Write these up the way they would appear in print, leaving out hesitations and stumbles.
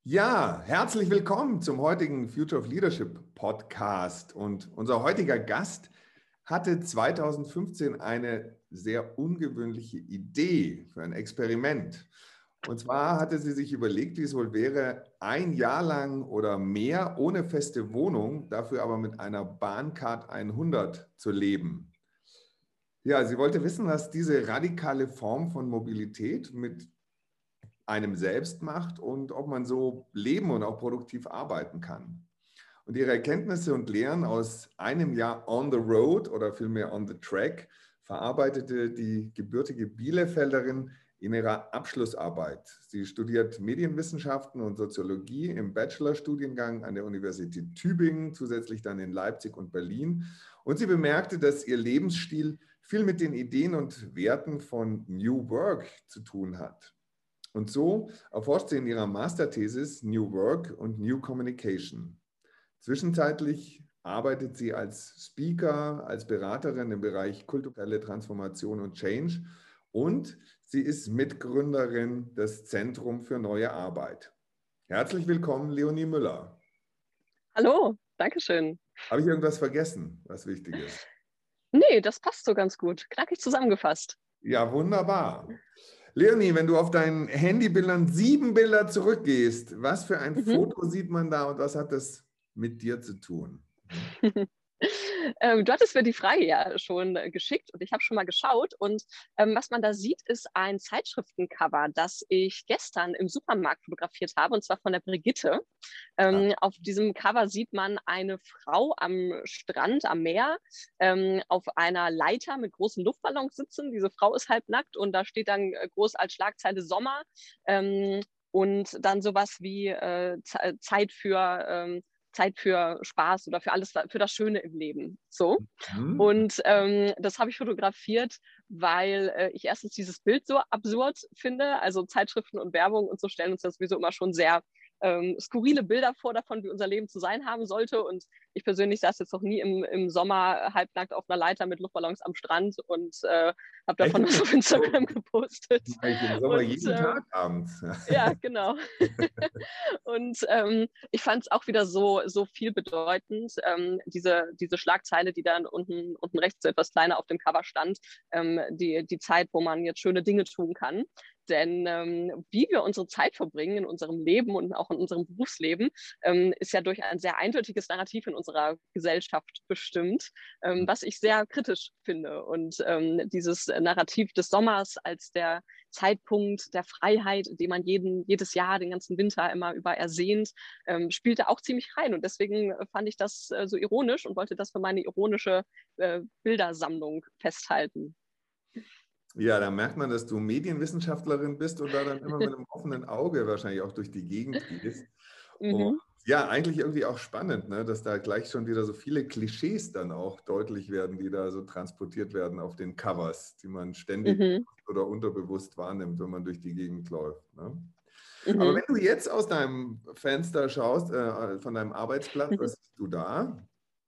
Ja, herzlich willkommen zum heutigen Future of Leadership Podcast. Und unser heutiger Gast hatte 2015 eine sehr ungewöhnliche Idee für ein Experiment. Und zwar hatte sie sich überlegt, wie es wohl wäre, ein Jahr lang oder mehr ohne feste Wohnung, dafür aber mit einer Bahncard 100 zu leben. Ja, sie wollte wissen, was diese radikale Form von Mobilität mit einem selbst macht und ob man so leben und auch produktiv arbeiten kann. Und ihre Erkenntnisse und Lehren aus einem Jahr on the road oder vielmehr on the track verarbeitete die gebürtige Bielefelderin in ihrer Abschlussarbeit. Sie studiert Medienwissenschaften und Soziologie im Bachelorstudiengang an der Universität Tübingen, zusätzlich dann in Leipzig und Berlin. Und sie bemerkte, dass ihr Lebensstil viel mit den Ideen und Werten von New Work zu tun hat. Und so erforscht sie in ihrer Masterthesis New Work und New Communication. Zwischenzeitlich arbeitet sie als Speaker, als Beraterin im Bereich kulturelle Transformation und Change und sie ist Mitgründerin des Zentrum für neue Arbeit. Herzlich willkommen, Leonie Müller. Hallo, danke schön. Habe ich irgendwas vergessen, was wichtig ist? Nee, das passt so ganz gut. Knackig zusammengefasst. Ja, wunderbar. Leonie, wenn du auf deinen Handybildern 7 Bilder zurückgehst, was für ein Mhm. Foto sieht man da und was hat das mit dir zu tun? Du hattest mir die Frage ja schon geschickt und ich habe schon mal geschaut. Und was man da sieht, ist ein Zeitschriftencover, das ich gestern im Supermarkt fotografiert habe, und zwar von der Brigitte. Auf diesem Cover sieht man eine Frau am Strand, am Meer, auf einer Leiter mit großen Luftballons sitzen. Diese Frau ist halbnackt und da steht dann groß als Schlagzeile Sommer. Und dann sowas wie Zeit für Spaß oder für alles, für das Schöne im Leben. So. Hm? Und das habe ich fotografiert, weil ich erstens dieses Bild so absurd finde. Also Zeitschriften und Werbung und so stellen uns das sowieso immer schon sehr skurrile Bilder vor davon, wie unser Leben zu sein haben sollte. Und ich persönlich saß jetzt noch nie im Sommer halbnackt auf einer Leiter mit Luftballons am Strand und habe Echt? davon was auf Instagram gepostet. Mache ich im Sommer Und jeden Tag abends. ja, genau. Und ich fand es auch wieder so viel bedeutend, diese Schlagzeile, die dann unten rechts so etwas kleiner auf dem Cover stand, die Zeit, wo man jetzt schöne Dinge tun kann. Denn wie wir unsere Zeit verbringen in unserem Leben und auch in unserem Berufsleben, ist ja durch ein sehr eindeutiges Narrativ in unserer Gesellschaft bestimmt, was ich sehr kritisch finde. Und dieses Narrativ des Sommers als der Zeitpunkt der Freiheit, den man jedes Jahr, den ganzen Winter immer über ersehnt, spielte auch ziemlich rein. Und deswegen fand ich das so ironisch und wollte das für meine ironische Bildersammlung festhalten. Ja, da merkt man, dass du Medienwissenschaftlerin bist und da dann immer mit einem offenen Auge wahrscheinlich auch durch die Gegend gehst. Und Mhm. ja, eigentlich irgendwie auch spannend, ne, dass da gleich schon wieder so viele Klischees dann auch deutlich werden, die da so transportiert werden auf den Covers, die man ständig Mhm. oder unterbewusst wahrnimmt, wenn man durch die Gegend läuft. Ne? Aber Mhm. wenn du jetzt aus deinem Fenster schaust, von deinem Arbeitsplatz, was siehst du da?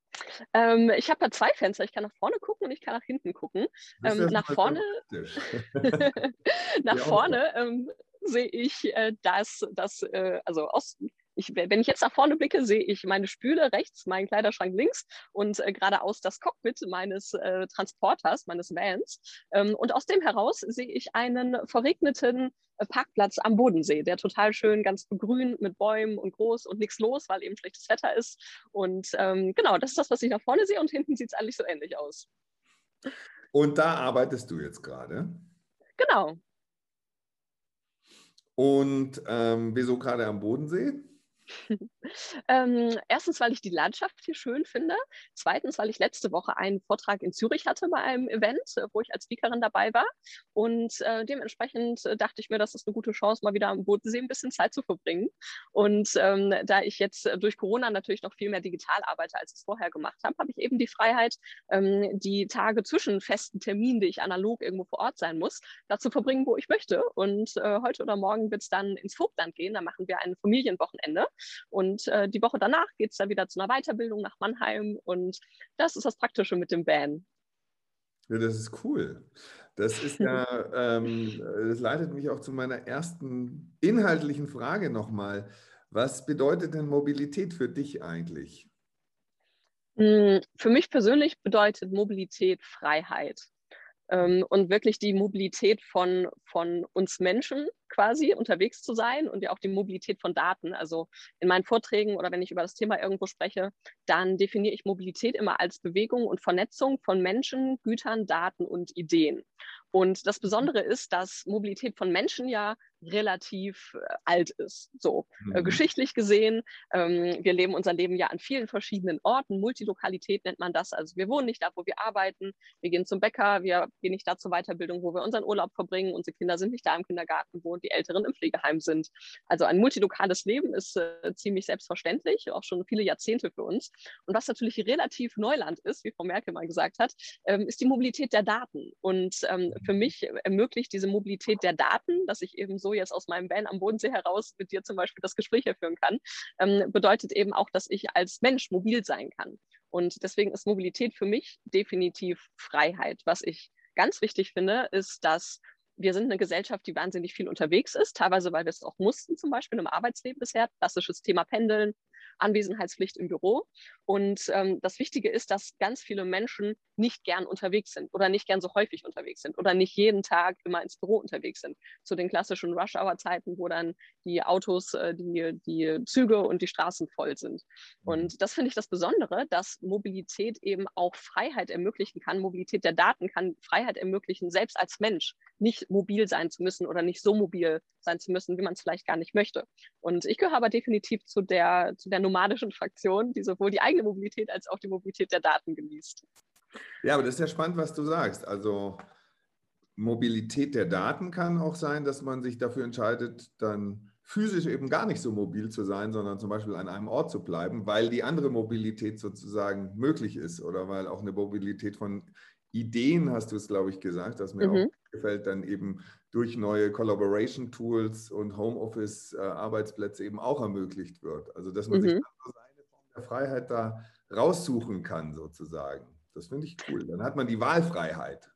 Ich habe da zwei Fenster. Ich kann nach vorne gucken und ich kann nach hinten gucken. Das ist ja schon Nach mal sehr vorne, praktisch. nach Ja, auch. vorne sehe ich also wenn ich jetzt nach vorne blicke, sehe ich meine Spüle rechts, meinen Kleiderschrank links und geradeaus das Cockpit meines Transporters, meines Vans. Und aus dem heraus sehe ich einen verregneten Parkplatz am Bodensee, der total schön, ganz begrünt mit Bäumen und groß und nichts los, weil eben schlechtes Wetter ist. Und genau, das ist das, was ich nach vorne sehe und hinten sieht es eigentlich so ähnlich aus. Und da arbeitest du jetzt gerade. Genau. Und wieso gerade am Bodensee? Erstens, weil ich die Landschaft hier schön finde. Zweitens, weil ich letzte Woche einen Vortrag in Zürich hatte bei einem Event, wo ich als Speakerin dabei war. Und dementsprechend dachte ich mir, das ist eine gute Chance, mal wieder am Bodensee ein bisschen Zeit zu verbringen. Und da ich jetzt durch Corona natürlich noch viel mehr digital arbeite, als ich es vorher gemacht habe, habe ich eben die Freiheit, die Tage zwischen festen Terminen, die ich analog irgendwo vor Ort sein muss, dazu verbringen, wo ich möchte. Und heute oder morgen wird es dann ins Vogtland gehen. Da machen wir ein Familienwochenende. Und die Woche danach geht es dann wieder zu einer Weiterbildung nach Mannheim. Und das ist das Praktische mit dem Van. Ja, das ist cool. Das ist ja, das leitet mich auch zu meiner ersten inhaltlichen Frage nochmal. Was bedeutet denn Mobilität für dich eigentlich? Für mich persönlich bedeutet Mobilität Freiheit. Und wirklich die Mobilität von uns Menschen quasi unterwegs zu sein und ja auch die Mobilität von Daten. Also in meinen Vorträgen oder wenn ich über das Thema irgendwo spreche, dann definiere ich Mobilität immer als Bewegung und Vernetzung von Menschen, Gütern, Daten und Ideen. Und das Besondere ist, dass Mobilität von Menschen ja relativ alt ist. So Mhm. geschichtlich gesehen, wir leben unser Leben ja an vielen verschiedenen Orten. Multilokalität nennt man das. Also wir wohnen nicht da, wo wir arbeiten. Wir gehen zum Bäcker, wir gehen nicht da zur Weiterbildung, wo wir unseren Urlaub verbringen. Unsere Kinder sind nicht da im Kindergarten, wo die Älteren im Pflegeheim sind. Also ein multilokales Leben ist ziemlich selbstverständlich, auch schon viele Jahrzehnte für uns. Und was natürlich relativ Neuland ist, wie Frau Merkel mal gesagt hat, ist die Mobilität der Daten. Und für mich ermöglicht diese Mobilität der Daten, dass ich eben so jetzt aus meinem Van am Bodensee heraus mit dir zum Beispiel das Gespräch hier führen kann, bedeutet eben auch, dass ich als Mensch mobil sein kann. Und deswegen ist Mobilität für mich definitiv Freiheit. Was ich ganz wichtig finde, ist, dass wir sind eine Gesellschaft, die wahnsinnig viel unterwegs ist, teilweise, weil wir es auch mussten, zum Beispiel im Arbeitsleben bisher, klassisches Thema Pendeln, Anwesenheitspflicht im Büro. Und das Wichtige ist, dass ganz viele Menschen nicht gern unterwegs sind oder nicht gern so häufig unterwegs sind oder nicht jeden Tag immer ins Büro unterwegs sind. Zu den klassischen Rush-Hour-Zeiten, wo dann die Autos, die Züge und die Straßen voll sind. Mhm. Und das finde ich das Besondere, dass Mobilität eben auch Freiheit ermöglichen kann. Mobilität der Daten kann Freiheit ermöglichen, selbst als Mensch nicht mobil sein zu müssen oder nicht so mobil sein zu müssen, wie man es vielleicht gar nicht möchte. Und ich gehöre aber definitiv zu der nomadischen Fraktion, die sowohl die eigene Mobilität als auch die Mobilität der Daten genießt. Ja, aber das ist ja spannend, was du sagst. Also Mobilität der Daten kann auch sein, dass man sich dafür entscheidet, dann physisch eben gar nicht so mobil zu sein, sondern zum Beispiel an einem Ort zu bleiben, weil die andere Mobilität sozusagen möglich ist oder weil auch eine Mobilität von Ideen, hast du es, glaube ich, gesagt, was mir auch Mhm. gefällt, dann eben durch neue Collaboration-Tools und Homeoffice-Arbeitsplätze eben auch ermöglicht wird. Also dass man sich Mhm. dann so seine Form der Freiheit da raussuchen kann, sozusagen. Das finde ich cool. Dann hat man die Wahlfreiheit.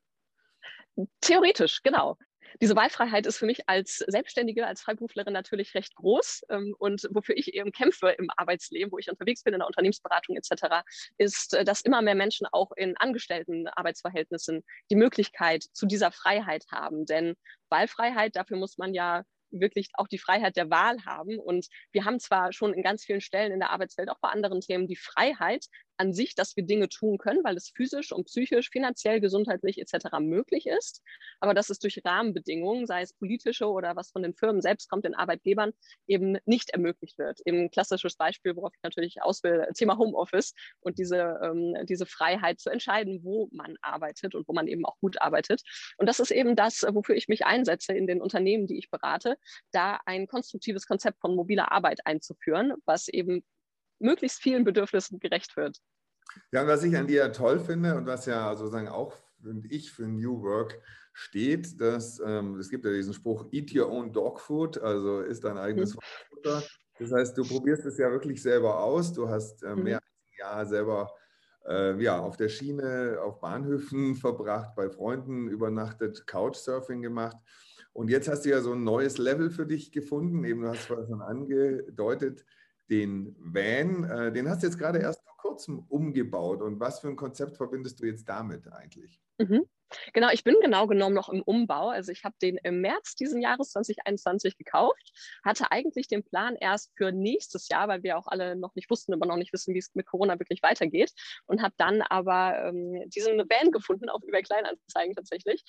Theoretisch, genau. Diese Wahlfreiheit ist für mich als Selbstständige, als Freiberuflerin natürlich recht groß. Und wofür ich eben kämpfe im Arbeitsleben, wo ich unterwegs bin in der Unternehmensberatung etc., ist, dass immer mehr Menschen auch in angestellten Arbeitsverhältnissen die Möglichkeit zu dieser Freiheit haben. Denn Wahlfreiheit, dafür muss man ja wirklich auch die Freiheit der Wahl haben. Und wir haben zwar schon in ganz vielen Stellen in der Arbeitswelt, auch bei anderen Themen, die Freiheit an sich, dass wir Dinge tun können, weil es physisch und psychisch, finanziell, gesundheitlich etc. möglich ist. Aber dass es durch Rahmenbedingungen, sei es politische oder was von den Firmen selbst kommt, den Arbeitgebern, eben nicht ermöglicht wird. Eben ein klassisches Beispiel, worauf ich natürlich aus will, Thema Homeoffice und diese Freiheit zu entscheiden, wo man arbeitet und wo man eben auch gut arbeitet. Und das ist eben das, wofür ich mich einsetze in den Unternehmen, die ich berate, da ein konstruktives Konzept von mobiler Arbeit einzuführen, was eben möglichst vielen Bedürfnissen gerecht wird. Ja, und was ich an dir toll finde und was ja sozusagen auch, finde ich, für New Work steht, dass es gibt ja diesen Spruch, eat your own dog food, also isst dein eigenes Mhm. Hundefutter. Das heißt, du probierst es ja wirklich selber aus. Du hast mehr Mhm. als ein Jahr selber ja, auf der Schiene, auf Bahnhöfen verbracht, bei Freunden übernachtet, Couchsurfing gemacht. Und jetzt hast du ja so ein neues Level für dich gefunden. Eben, du hast vorher schon angedeutet, den Van, den hast du jetzt gerade erst vor kurzem umgebaut. Und was für ein Konzept verbindest du jetzt damit eigentlich? Mhm. Genau, ich bin genau genommen noch im Umbau. Also ich habe den im März diesen Jahres 2021 gekauft, hatte eigentlich den Plan erst für nächstes Jahr, weil wir auch alle noch nicht wussten, aber noch nicht wissen, wie es mit Corona wirklich weitergeht. Und habe dann aber diesen Van gefunden auf eBay Kleinanzeigen tatsächlich,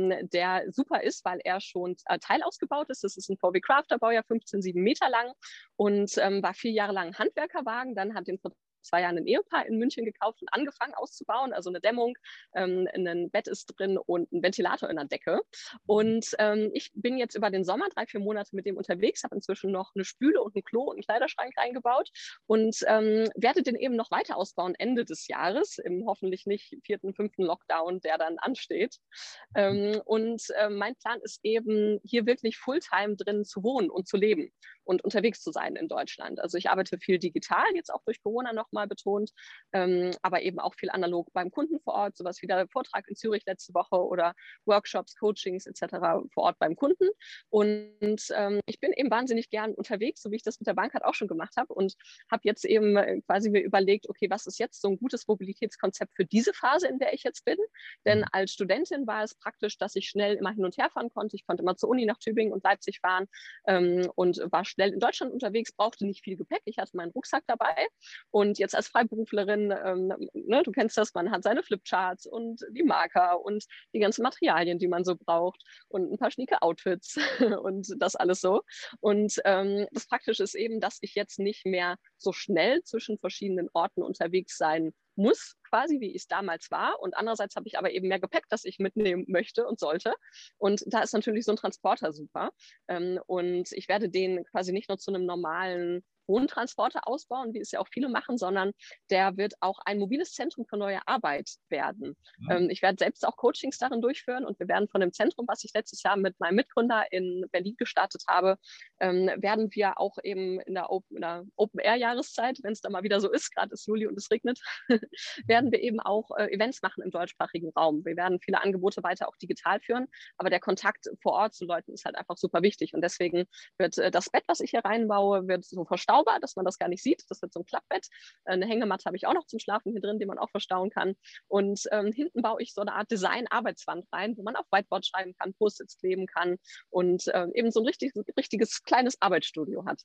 der super ist, weil er schon teilausgebaut ist. Das ist ein VW Crafter-Baujahr, 15,7 Meter lang und war 4 Jahre lang ein Handwerkerwagen. Dann hat den vor 2 Jahren ein Ehepaar in München gekauft und angefangen auszubauen, also eine Dämmung, ein Bett ist drin und ein Ventilator in der Decke. Und ich bin jetzt über den Sommer 3, 4 Monate mit dem unterwegs, habe inzwischen noch eine Spüle und ein Klo und einen Kleiderschrank reingebaut und werde den eben noch weiter ausbauen Ende des Jahres, im hoffentlich nicht 4., 5. Lockdown, der dann ansteht. Und mein Plan ist eben, hier wirklich Fulltime drin zu wohnen und zu leben. und unterwegs zu sein in Deutschland. Also ich arbeite viel digital, jetzt auch durch Corona nochmal betont, aber eben auch viel analog beim Kunden vor Ort, sowas wie der Vortrag in Zürich letzte Woche oder Workshops, Coachings etc. vor Ort beim Kunden. Und ich bin eben wahnsinnig gern unterwegs, so wie ich das mit der Bank halt auch schon gemacht habe und habe jetzt eben quasi mir überlegt, okay, was ist jetzt so ein gutes Mobilitätskonzept für diese Phase, in der ich jetzt bin? Denn als Studentin war es praktisch, dass ich schnell immer hin und her fahren konnte. Ich konnte immer zur Uni nach Tübingen und Leipzig fahren und war schnell in Deutschland unterwegs, brauchte nicht viel Gepäck. Ich hatte meinen Rucksack dabei. Und jetzt als Freiberuflerin, ne, du kennst das, man hat seine Flipcharts und die Marker und die ganzen Materialien, die man so braucht und ein paar schnieke Outfits und das alles so. Und das Praktische ist eben, dass ich jetzt nicht mehr so schnell zwischen verschiedenen Orten unterwegs sein muss, quasi, wie ich es damals war. Und andererseits habe ich aber eben mehr Gepäck, das ich mitnehmen möchte und sollte. Und da ist natürlich so ein Transporter super. Und ich werde den quasi nicht nur zu einem normalen Wohntransporter ausbauen, wie es ja auch viele machen, sondern der wird auch ein mobiles Zentrum für neue Arbeit werden. Ich werde selbst auch Coachings darin durchführen und wir werden von dem Zentrum, was ich letztes Jahr mit meinem Mitgründer in Berlin gestartet habe, werden wir auch eben in der Open-Air-Jahreszeit, wenn es da mal wieder so ist, gerade ist Juli und es regnet, werden wir eben auch Events machen im deutschsprachigen Raum. Wir werden viele Angebote weiter auch digital führen, aber der Kontakt vor Ort zu Leuten ist halt einfach super wichtig und deswegen wird das Bett, was ich hier reinbaue, wird so verstaubar, dass man das gar nicht sieht. Das wird so ein Klappbett. Eine Hängematte habe ich auch noch zum Schlafen hier drin, die man auch verstauen kann. Und hinten baue ich so eine Art Design-Arbeitswand rein, wo man auf Whiteboard schreiben kann, Post-its kleben kann und eben so ein richtiges kleines Arbeitsstudio hat.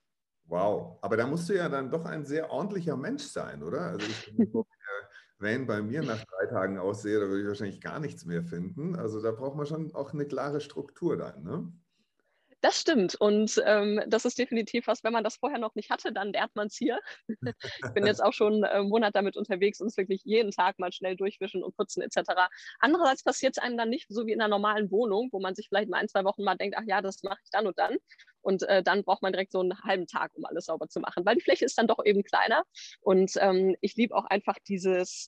Wow, aber da musst du ja dann doch ein sehr ordentlicher Mensch sein, oder? Also wenn der Van bei mir nach 3 Tagen aussehe, da würde ich wahrscheinlich gar nichts mehr finden. Also da braucht man schon auch eine klare Struktur dann, ne? Das stimmt und das ist definitiv was, wenn man das vorher noch nicht hatte, dann lernt man es hier. Ich bin jetzt auch schon einen Monat damit unterwegs und es wirklich jeden Tag mal schnell durchwischen und putzen etc. Andererseits passiert es einem dann nicht so wie in einer normalen Wohnung, wo man sich vielleicht mal 1, 2 Wochen mal denkt, ach ja, das mache ich dann und dann. Und dann braucht man direkt so einen halben Tag, um alles sauber zu machen, weil die Fläche ist dann doch eben kleiner. Und ich liebe auch einfach dieses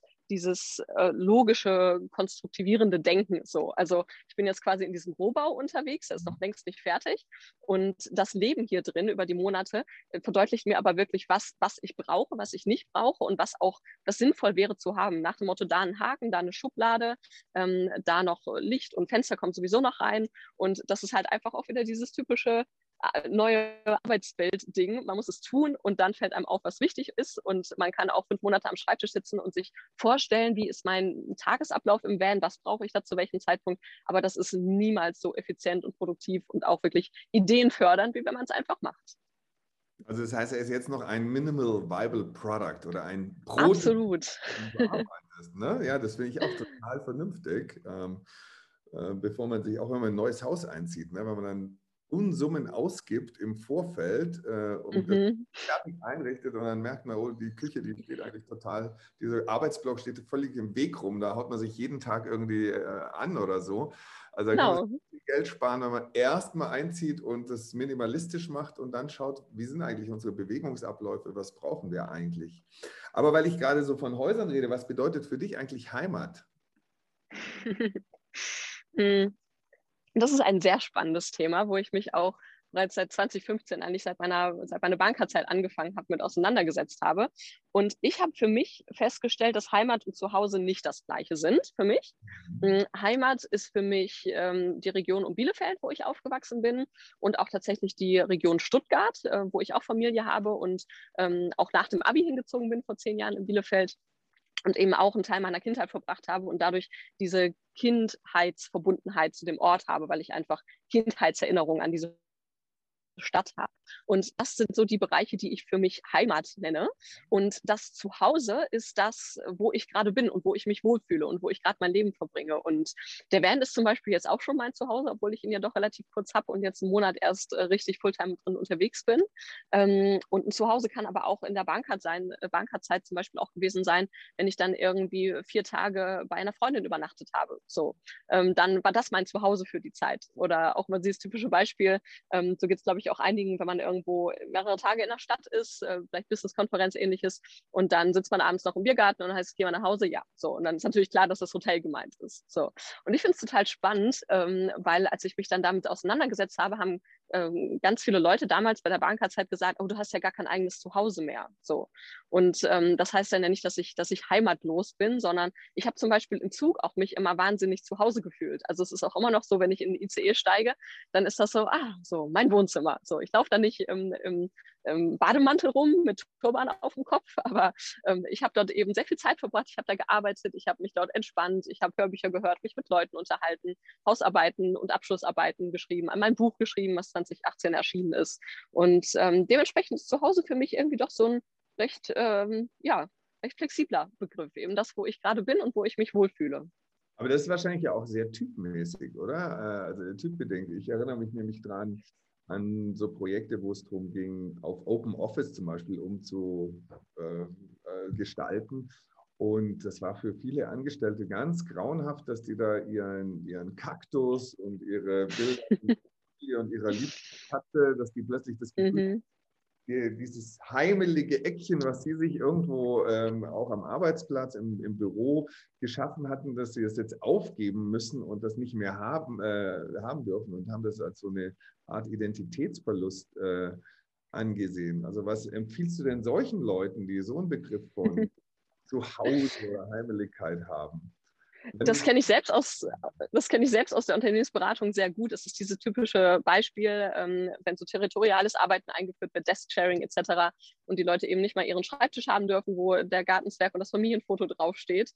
logische, konstruktivierende Denken so. Also ich bin jetzt quasi in diesem Rohbau unterwegs, der ist noch längst nicht fertig. Und das Leben hier drin über die Monate verdeutlicht mir aber wirklich, was ich brauche, was ich nicht brauche und was auch das sinnvoll wäre zu haben. Nach dem Motto, da ein Haken, da eine Schublade, da noch Licht und Fenster kommt sowieso noch rein. Und das ist halt einfach auch wieder dieses typische neue Arbeitswelt-Ding. Man muss es tun und dann fällt einem auf, was wichtig ist und man kann auch 5 Monate am Schreibtisch sitzen und sich vorstellen, wie ist mein Tagesablauf im Van, was brauche ich da zu welchem Zeitpunkt, aber das ist niemals so effizient und produktiv und auch wirklich ideenfördernd, wie wenn man es einfach macht. Also das heißt, er ist jetzt noch ein Minimal Viable Product oder ein Prototyp, Absolut. du arbeitest, ne? Ja, das finde ich auch total vernünftig, bevor man sich, auch wenn man ein neues Haus einzieht, ne? Wenn man dann Unsummen ausgibt im Vorfeld, um das fertig einrichtet und dann merkt man, oh, die Küche, die steht eigentlich total, dieser Arbeitsblock steht völlig im Weg rum, da haut man sich jeden Tag irgendwie an oder so. Also da kann man viel Geld sparen, wenn man erst mal einzieht und das minimalistisch macht und dann schaut, wie sind eigentlich unsere Bewegungsabläufe, was brauchen wir eigentlich. Aber weil ich gerade so von Häusern rede, was bedeutet für dich eigentlich Heimat? Das ist ein sehr spannendes Thema, wo ich mich auch bereits seit 2015, eigentlich seit meiner Bankerzeit angefangen habe, mit auseinandergesetzt habe. Und ich habe für mich festgestellt, dass Heimat und Zuhause nicht das Gleiche sind für mich. Heimat ist für mich die Region um Bielefeld, wo ich aufgewachsen bin und auch tatsächlich die Region Stuttgart, wo ich auch Familie habe und auch nach dem Abi hingezogen bin vor 10 Jahren in Bielefeld und eben auch einen Teil meiner Kindheit verbracht habe und dadurch diese Kindheitsverbundenheit zu dem Ort habe, weil ich einfach Kindheitserinnerungen an diese Stadt habe. Und das sind so die Bereiche, die ich für mich Heimat nenne. Und das Zuhause ist das, wo ich gerade bin und wo ich mich wohlfühle und wo ich gerade mein Leben verbringe. Und der Van ist zum Beispiel jetzt auch schon mein Zuhause, obwohl ich ihn ja doch relativ kurz habe und jetzt einen Monat erst richtig Fulltime drin unterwegs bin. Und ein Zuhause kann aber auch in der Bankerzeit zum Beispiel auch gewesen sein, wenn ich dann irgendwie 4 Tage bei einer Freundin übernachtet habe. So, dann war das mein Zuhause für die Zeit. Oder auch mal dieses typische Beispiel, so geht es, glaube ich, auch einigen, wenn man irgendwo mehrere Tage in der Stadt ist, vielleicht Business-Konferenz ähnliches und dann sitzt man abends noch im Biergarten und dann heißt es, geh mal nach Hause, ja, so und dann ist natürlich klar, dass das Hotel gemeint ist, so. Und ich finde es total spannend, weil als ich mich dann damit auseinandergesetzt habe, haben ganz viele Leute damals bei der Bahncard-Zeit gesagt, oh, du hast ja gar kein eigenes Zuhause mehr. So. Und das heißt dann ja nicht, dass ich heimatlos bin, sondern ich habe zum Beispiel im Zug auch mich immer wahnsinnig zu Hause gefühlt. Also es ist auch immer noch so, wenn ich in den ICE steige, dann ist das so, so mein Wohnzimmer. So, ich laufe da nicht im Bademantel rum mit Turban auf dem Kopf, aber ich habe dort eben sehr viel Zeit verbracht, ich habe da gearbeitet, ich habe mich dort entspannt, ich habe Hörbücher gehört, mich mit Leuten unterhalten, Hausarbeiten und Abschlussarbeiten geschrieben, an mein Buch geschrieben, was 2018 erschienen ist. Und dementsprechend ist zu Hause für mich irgendwie doch so ein recht, recht flexibler Begriff, eben das, wo ich gerade bin und wo ich mich wohlfühle. Aber das ist wahrscheinlich ja auch sehr typmäßig, oder? Also typbedingt. Ich erinnere mich nämlich dran an so Projekte, wo es darum ging, auf Open Office zum Beispiel umzugestalten. Und das war für viele Angestellte ganz grauenhaft, dass die da ihren Kaktus und ihre Bilder und ihrer Lieblingskatze, dass die plötzlich das Gefühl dieses heimelige Eckchen, was sie sich irgendwo auch am Arbeitsplatz, im Büro geschaffen hatten, dass sie das jetzt aufgeben müssen und das nicht mehr haben dürfen und haben das als so eine Art Identitätsverlust angesehen. Also was empfiehlst du denn solchen Leuten, die so einen Begriff von Zuhause oder Heimeligkeit haben? Das kenne ich selbst aus der Unternehmensberatung sehr gut. Es ist dieses typische Beispiel, wenn so territoriales Arbeiten eingeführt wird, Desk-Sharing etc. und die Leute eben nicht mal ihren Schreibtisch haben dürfen, wo der Gartenzwerg und das Familienfoto draufsteht.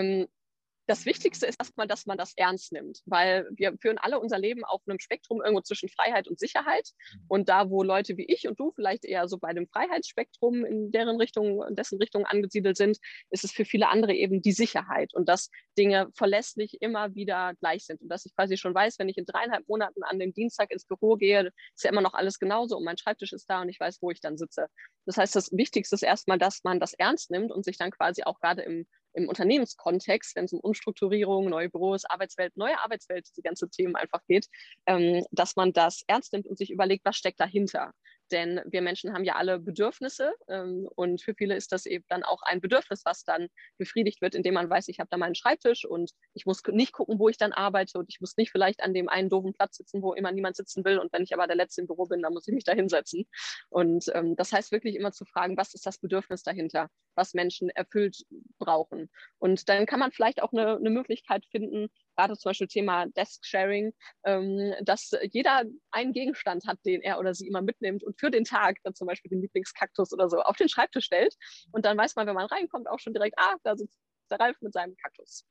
Das Wichtigste ist erstmal, dass man das ernst nimmt, weil wir führen alle unser Leben auf einem Spektrum irgendwo zwischen Freiheit und Sicherheit. Und da, wo Leute wie ich und du vielleicht eher so bei dem Freiheitsspektrum in dessen Richtung angesiedelt sind, ist es für viele andere eben die Sicherheit und dass Dinge verlässlich immer wieder gleich sind. Und dass ich quasi schon weiß, wenn ich in 3,5 Monaten an dem Dienstag ins Büro gehe, ist ja immer noch alles genauso und mein Schreibtisch ist da und ich weiß, wo ich dann sitze. Das heißt, das Wichtigste ist erstmal, dass man das ernst nimmt und sich dann quasi auch gerade im Unternehmenskontext, wenn es um Umstrukturierung, neue Büros, neue Arbeitswelt, diese ganzen Themen einfach geht, dass man das ernst nimmt und sich überlegt, was steckt dahinter. Denn wir Menschen haben ja alle Bedürfnisse und für viele ist das eben dann auch ein Bedürfnis, was dann befriedigt wird, indem man weiß, ich habe da meinen Schreibtisch und ich muss nicht gucken, wo ich dann arbeite und ich muss nicht vielleicht an dem einen doofen Platz sitzen, wo immer niemand sitzen will und wenn ich aber der Letzte im Büro bin, dann muss ich mich da hinsetzen. Und das heißt wirklich immer zu fragen, was ist das Bedürfnis dahinter, was Menschen erfüllt brauchen. Und dann kann man vielleicht auch eine Möglichkeit finden, gerade zum Beispiel Thema Desk-Sharing, dass jeder einen Gegenstand hat, den er oder sie immer mitnimmt und für den Tag dann zum Beispiel den Lieblingskaktus oder so auf den Schreibtisch stellt. Und dann weiß man, wenn man reinkommt, auch schon direkt, da sitzt der Ralf mit seinem Kaktus.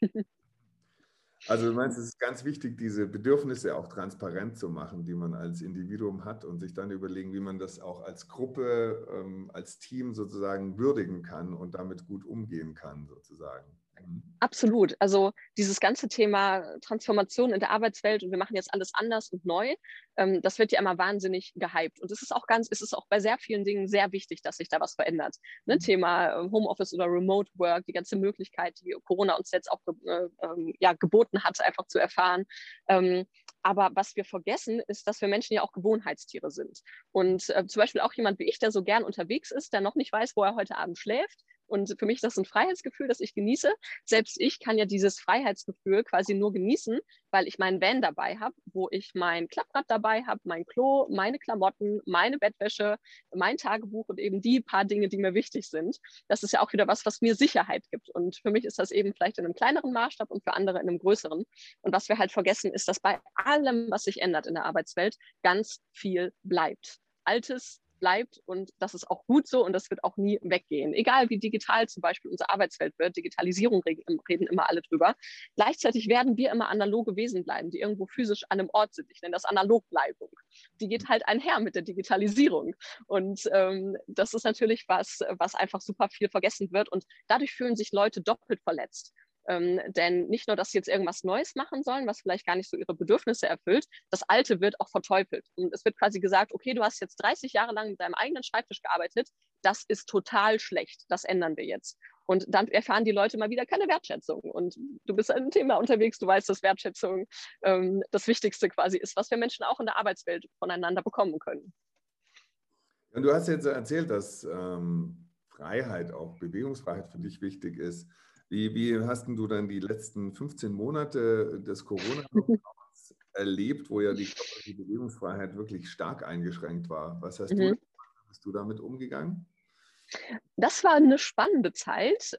Also du meinst, es ist ganz wichtig, diese Bedürfnisse auch transparent zu machen, die man als Individuum hat und sich dann überlegen, wie man das auch als Gruppe, als Team sozusagen würdigen kann und damit gut umgehen kann sozusagen. Absolut. Also dieses ganze Thema Transformation in der Arbeitswelt und wir machen jetzt alles anders und neu, das wird ja immer wahnsinnig gehypt. Und es ist auch bei sehr vielen Dingen sehr wichtig, dass sich da was verändert. Ne? Thema Homeoffice oder Remote Work, die ganze Möglichkeit, die Corona uns jetzt auch geboten hat, einfach zu erfahren. Aber was wir vergessen, ist, dass wir Menschen ja auch Gewohnheitstiere sind. Und zum Beispiel auch jemand wie ich, der so gern unterwegs ist, der noch nicht weiß, wo er heute Abend schläft. Und für mich ist das ein Freiheitsgefühl, das ich genieße. Selbst ich kann ja dieses Freiheitsgefühl quasi nur genießen, weil ich meinen Van dabei habe, wo ich mein Klapprad dabei habe, mein Klo, meine Klamotten, meine Bettwäsche, mein Tagebuch und eben die paar Dinge, die mir wichtig sind. Das ist ja auch wieder was mir Sicherheit gibt. Und für mich ist das eben vielleicht in einem kleineren Maßstab und für andere in einem größeren. Und was wir halt vergessen, ist, dass bei allem, was sich ändert in der Arbeitswelt, ganz viel bleibt. Altes bleibt und das ist auch gut so und das wird auch nie weggehen. Egal wie digital zum Beispiel unsere Arbeitswelt wird, Digitalisierung reden immer alle drüber. Gleichzeitig werden wir immer analoge Wesen bleiben, die irgendwo physisch an einem Ort sind. Ich nenne das Analogbleibung. Die geht halt einher mit der Digitalisierung und das ist natürlich was einfach super viel vergessen wird und dadurch fühlen sich Leute doppelt verletzt. Denn nicht nur, dass sie jetzt irgendwas Neues machen sollen, was vielleicht gar nicht so ihre Bedürfnisse erfüllt, das Alte wird auch verteufelt. Und es wird quasi gesagt, okay, du hast jetzt 30 Jahre lang mit deinem eigenen Schreibtisch gearbeitet, das ist total schlecht, das ändern wir jetzt. Und dann erfahren die Leute mal wieder keine Wertschätzung. Und du bist an einem Thema unterwegs, du weißt, dass Wertschätzung das Wichtigste quasi ist, was wir Menschen auch in der Arbeitswelt voneinander bekommen können. Und du hast jetzt erzählt, dass Freiheit, auch Bewegungsfreiheit für dich wichtig ist. Wie hast du dann die letzten 15 Monate des Corona-Lockdowns erlebt, wo ja die körperliche Bewegungsfreiheit wirklich stark eingeschränkt war. Was hast Mhm. bist du damit umgegangen? Das war eine spannende Zeit,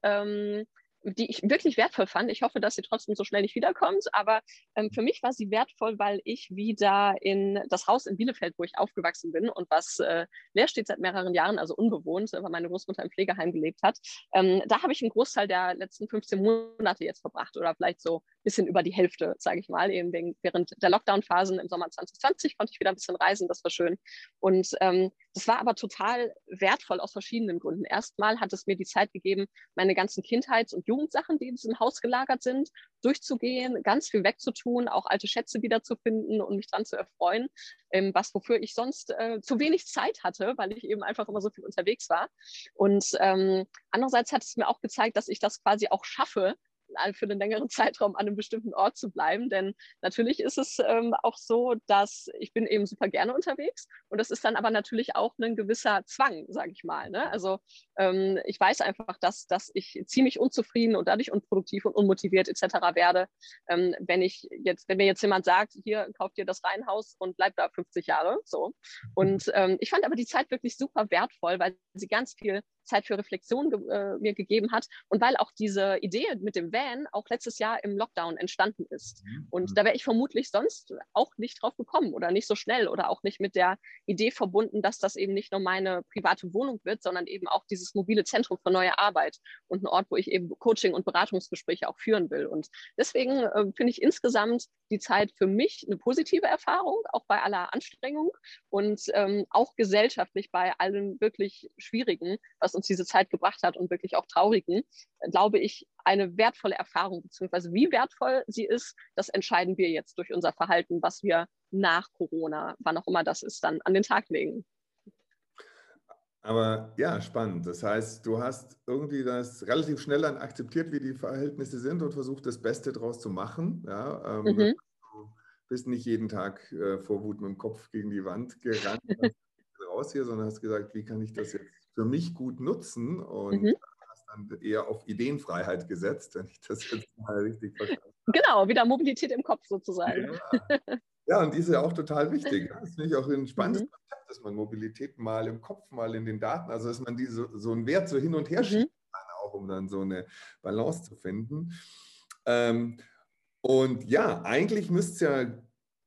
die ich wirklich wertvoll fand. Ich hoffe, dass sie trotzdem so schnell nicht wiederkommt. Aber für mich war sie wertvoll, weil ich wieder in das Haus in Bielefeld, wo ich aufgewachsen bin und was leer steht seit mehreren Jahren, also unbewohnt, weil meine Großmutter im Pflegeheim gelebt hat, da habe ich einen Großteil der letzten 15 Monate jetzt verbracht oder vielleicht so ein bisschen über die Hälfte, sage ich mal. Eben während der Lockdown-Phasen im Sommer 2020 konnte ich wieder ein bisschen reisen, das war schön. Und das war aber total wertvoll aus verschiedenen Gründen. Erstmal hat es mir die Zeit gegeben, meine ganzen Kindheits- und Jugendsachen, die in diesem Haus gelagert sind, durchzugehen, ganz viel wegzutun, auch alte Schätze wiederzufinden und mich dran zu erfreuen, wofür ich sonst zu wenig Zeit hatte, weil ich eben einfach immer so viel unterwegs war. Und andererseits hat es mir auch gezeigt, dass ich das quasi auch schaffe, für einen längeren Zeitraum an einem bestimmten Ort zu bleiben. Denn natürlich ist es auch so, dass ich bin eben super gerne unterwegs und das ist dann aber natürlich auch ein gewisser Zwang, sage ich mal. Ne? Also ich weiß einfach, dass ich ziemlich unzufrieden und dadurch unproduktiv und unmotiviert etc. werde, wenn mir jetzt jemand sagt, hier, kauf dir das Reihenhaus und bleib da 50 Jahre. So. Und ich fand aber die Zeit wirklich super wertvoll, weil sie ganz viel Zeit für Reflexion mir gegeben hat und weil auch diese Idee mit dem Van auch letztes Jahr im Lockdown entstanden ist. Und da wäre ich vermutlich sonst auch nicht drauf gekommen oder nicht so schnell oder auch nicht mit der Idee verbunden, dass das eben nicht nur meine private Wohnung wird, sondern eben auch dieses mobile Zentrum für neue Arbeit und ein Ort, wo ich eben Coaching- und Beratungsgespräche auch führen will. Und deswegen finde ich insgesamt die Zeit für mich eine positive Erfahrung, auch bei aller Anstrengung und auch gesellschaftlich bei allem wirklich Schwierigen, was uns diese Zeit gebracht hat und wirklich auch Traurigen, glaube ich, eine wertvolle Erfahrung, beziehungsweise wie wertvoll sie ist, das entscheiden wir jetzt durch unser Verhalten, was wir nach Corona, wann auch immer das ist, dann an den Tag legen. Aber ja, spannend. Das heißt, du hast irgendwie das relativ schnell dann akzeptiert, wie die Verhältnisse sind und versucht, das Beste daraus zu machen. Ja, Mhm. du bist nicht jeden Tag vor Wut mit dem Kopf gegen die Wand gerannt raus hier, sondern hast gesagt, wie kann ich das jetzt für mich gut nutzen und Mhm. hast dann eher auf Ideenfreiheit gesetzt, wenn ich das jetzt mal richtig verstanden habe. Genau, wieder Mobilität im Kopf sozusagen. Ja, und die ist ja auch total wichtig. Ja? Das finde ich auch ein spannendes Mhm. Konzept, dass man Mobilität mal im Kopf, mal in den Daten, also dass man so einen Wert so hin und her Mhm. schieben kann, auch um dann so eine Balance zu finden. Und ja, eigentlich müsste es ja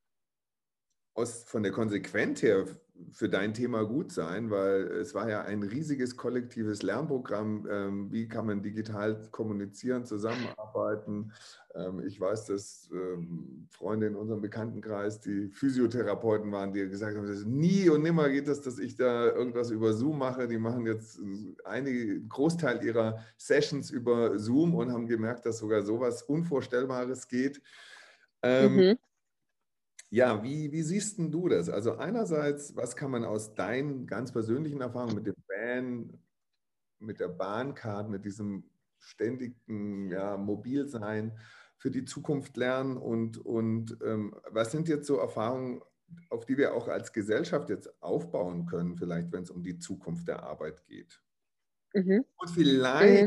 von der Konsequenz her für dein Thema gut sein, weil es war ja ein riesiges kollektives Lernprogramm. Wie kann man digital kommunizieren, zusammenarbeiten? Ich weiß, dass Freunde in unserem Bekanntenkreis, die Physiotherapeuten waren, die gesagt haben, dass nie und nimmer geht das, dass ich da irgendwas über Zoom mache. Die machen jetzt einen Großteil ihrer Sessions über Zoom und haben gemerkt, dass sogar sowas Unvorstellbares geht. Mhm. Ja, wie siehst denn du das? Also einerseits, was kann man aus deinen ganz persönlichen Erfahrungen mit dem Van, mit der Bahncard, mit diesem ständigen Mobilsein für die Zukunft lernen und was sind jetzt so Erfahrungen, auf die wir auch als Gesellschaft jetzt aufbauen können, vielleicht wenn es um die Zukunft der Arbeit geht? Mhm. Und vielleicht Mhm.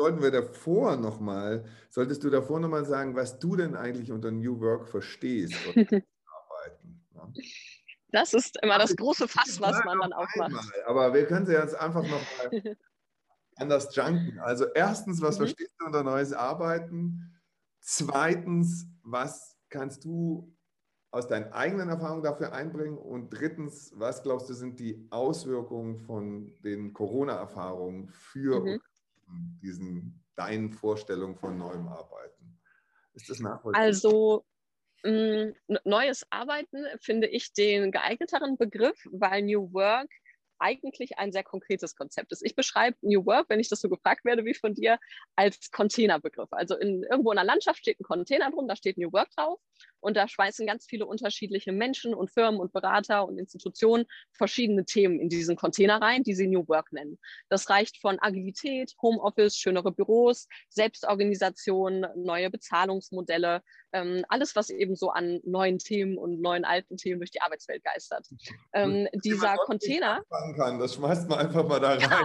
solltest du davor nochmal sagen, was du denn eigentlich unter New Work verstehst oder arbeiten. Ja? Das ist immer Habe das ich große Fass, viele was Fragen man auf dann einmal, aufmacht. aber wir können sie jetzt einfach nochmal anders junken. Also erstens, was Mhm. verstehst du unter neues Arbeiten? Zweitens, was kannst du aus deinen eigenen Erfahrungen dafür einbringen? Und drittens, was glaubst du, sind die Auswirkungen von den Corona-Erfahrungen für Mhm. deinen Vorstellungen von neuem Arbeiten? Ist das nachvollziehbar? Also neues Arbeiten finde ich den geeigneteren Begriff, weil New Work eigentlich ein sehr konkretes Konzept ist. Ich beschreibe New Work, wenn ich das so gefragt werde wie von dir, als Containerbegriff. Also irgendwo in der Landschaft steht ein Container drum, da steht New Work drauf und da schmeißen ganz viele unterschiedliche Menschen und Firmen und Berater und Institutionen verschiedene Themen in diesen Container rein, die sie New Work nennen. Das reicht von Agilität, Homeoffice, schönere Büros, Selbstorganisation, neue Bezahlungsmodelle, alles, was eben so an neuen Themen und neuen alten Themen durch die Arbeitswelt geistert. Mit dem man Dieser sonst nichts Container, anfangen kann, das schmeißt man einfach mal da rein. genau,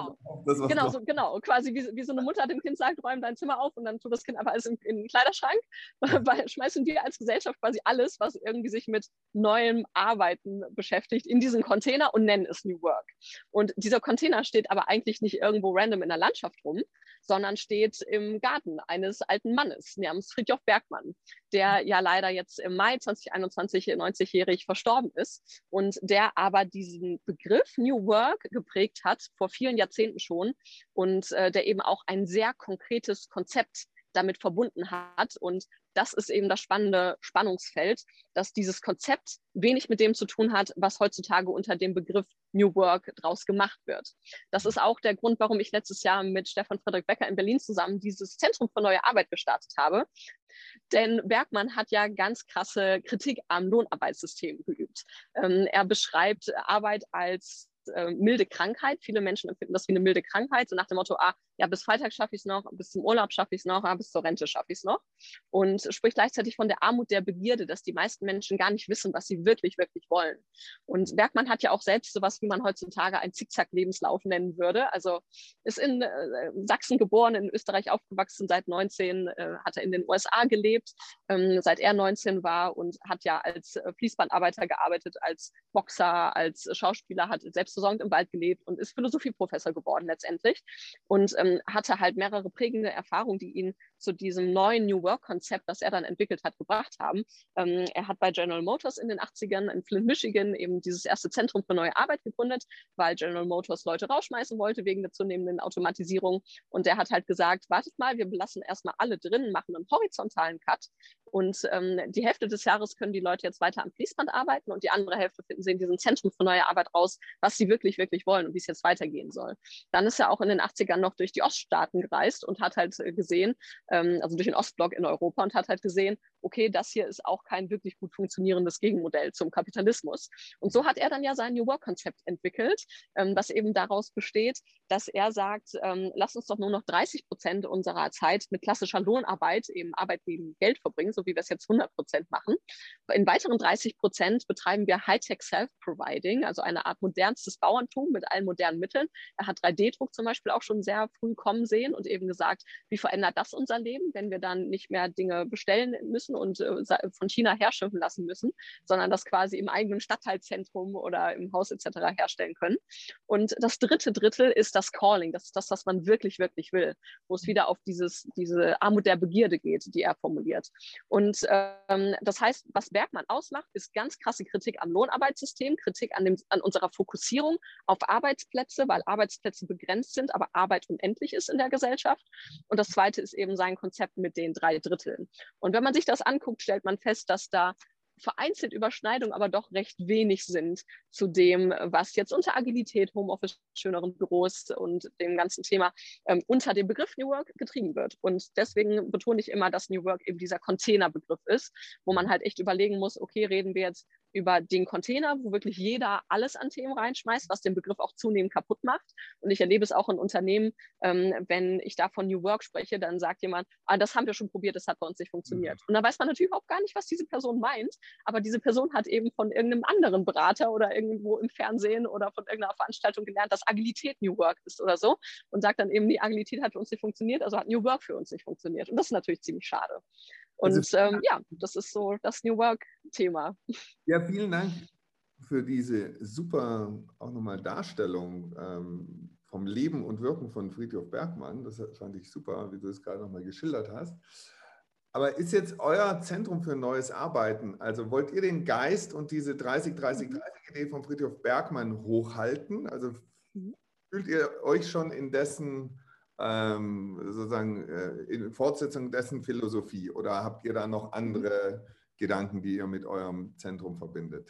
Genau, quasi wie so eine Mutter dem Kind sagt, räum dein Zimmer auf und dann tut das Kind einfach alles in den Kleiderschrank, weil schmeißen wir als Gesellschaft quasi alles, was irgendwie sich mit neuem Arbeiten beschäftigt, in diesen Container und nennen es New Work. Und dieser Container steht aber eigentlich nicht irgendwo random in der Landschaft rum, sondern steht im Garten eines alten Mannes namens Fridtjof Bergmann, der ja leider jetzt im Mai 2021 90-jährig verstorben ist und der aber diesen Begriff New Work geprägt hat, vor vielen Jahrzehnten schon, und der eben auch ein sehr konkretes Konzept damit verbunden hat. Und das ist eben das spannende Spannungsfeld, dass dieses Konzept wenig mit dem zu tun hat, was heutzutage unter dem Begriff New Work draus gemacht wird. Das ist auch der Grund, warum ich letztes Jahr mit Stefan Friedrich Becker in Berlin zusammen dieses Zentrum für neue Arbeit gestartet habe. Denn Bergmann hat ja ganz krasse Kritik am Lohnarbeitssystem geübt. Er beschreibt Arbeit als milde Krankheit. Viele Menschen empfinden das wie eine milde Krankheit, so nach dem Motto, ja, bis Freitag schaffe ich es noch, bis zum Urlaub schaffe ich es noch, bis zur Rente schaffe ich es noch. Und spricht gleichzeitig von der Armut der Begierde, dass die meisten Menschen gar nicht wissen, was sie wirklich, wirklich wollen. Und Bergmann hat ja auch selbst sowas, wie man heutzutage einen Zickzack-Lebenslauf nennen würde. Also ist in Sachsen geboren, in Österreich aufgewachsen, seit 19 hat er in den USA gelebt, seit er 19 war, und hat ja als Fließbandarbeiter gearbeitet, als Boxer, als Schauspieler, hat selbstversorgend im Wald gelebt und ist Philosophieprofessor geworden letztendlich. Und hatte halt mehrere prägende Erfahrungen, die ihn zu diesem neuen New Work-Konzept, das er dann entwickelt hat, gebracht haben. Er hat bei General Motors in den 80ern in Flint, Michigan eben dieses erste Zentrum für neue Arbeit gegründet, weil General Motors Leute rausschmeißen wollte wegen der zunehmenden Automatisierung. Und der hat halt gesagt, wartet mal, wir belassen erstmal alle drin, machen einen horizontalen Cut. Und die Hälfte des Jahres können die Leute jetzt weiter am Fließband arbeiten und die andere Hälfte finden sie in diesem Zentrum für neue Arbeit raus, was sie wirklich, wirklich wollen und wie es jetzt weitergehen soll. Dann ist er auch in den 80ern noch durch die Oststaaten gereist und hat halt gesehen, also durch den Ostblock in Europa, und hat halt gesehen, okay, das hier ist auch kein wirklich gut funktionierendes Gegenmodell zum Kapitalismus. Und so hat er dann ja sein New Work-Konzept entwickelt, was eben daraus besteht, dass er sagt, lass uns doch nur noch 30% unserer Zeit mit klassischer Lohnarbeit, eben Arbeit gegen Geld verbringen, so wie wir es jetzt 100% machen. In weiteren 30% betreiben wir Hightech Self-Providing, also eine Art modernstes Bauerntum mit allen modernen Mitteln. Er hat 3D-Druck zum Beispiel auch schon sehr früh kommen sehen und eben gesagt, wie verändert das unser Leben, wenn wir dann nicht mehr Dinge bestellen müssen und von China herschiffen lassen müssen, sondern das quasi im eigenen Stadtteilzentrum oder im Haus etc. herstellen können. Und das dritte Drittel ist das Calling, das ist das, was man wirklich, wirklich will, wo es wieder auf diese Armut der Begierde geht, die er formuliert. Und das heißt, was Bergmann ausmacht, ist ganz krasse Kritik am Lohnarbeitssystem, Kritik an unserer Fokussierung auf Arbeitsplätze, weil Arbeitsplätze begrenzt sind, aber Arbeit unendlich ist in der Gesellschaft. Und das zweite ist eben sein Konzept mit den 3 Dritteln. Und wenn man sich das anguckt, stellt man fest, dass da vereinzelt Überschneidungen, aber doch recht wenig sind zu dem, was jetzt unter Agilität, Homeoffice, schöneren Büros und dem ganzen Thema unter dem Begriff New Work getrieben wird. Und deswegen betone ich immer, dass New Work eben dieser Containerbegriff ist, wo man halt echt überlegen muss, okay, reden wir jetzt über den Container, wo wirklich jeder alles an Themen reinschmeißt, was den Begriff auch zunehmend kaputt macht. Und ich erlebe es auch in Unternehmen, wenn ich da von New Work spreche, dann sagt jemand, das haben wir schon probiert, das hat bei uns nicht funktioniert. Und dann weiß man natürlich überhaupt gar nicht, was diese Person meint, aber diese Person hat eben von irgendeinem anderen Berater oder irgendwo im Fernsehen oder von irgendeiner Veranstaltung gelernt, dass Agilität New Work ist oder so, und sagt dann eben, die Agilität hat für uns nicht funktioniert, also hat New Work für uns nicht funktioniert. Und das ist natürlich ziemlich schade. Und ja, das ist so das New Work-Thema. Ja, vielen Dank für diese super auch nochmal Darstellung vom Leben und Wirken von Fridtjof Bergmann. Das fand ich super, wie du es gerade nochmal geschildert hast. Aber ist jetzt euer Zentrum für neues Arbeiten, also wollt ihr den Geist und diese 30-30-30-Idee von Fridtjof Bergmann hochhalten? Also fühlt ihr euch schon in dessen sozusagen in Fortsetzung dessen Philosophie, oder habt ihr da noch andere Gedanken, die ihr mit eurem Zentrum verbindet?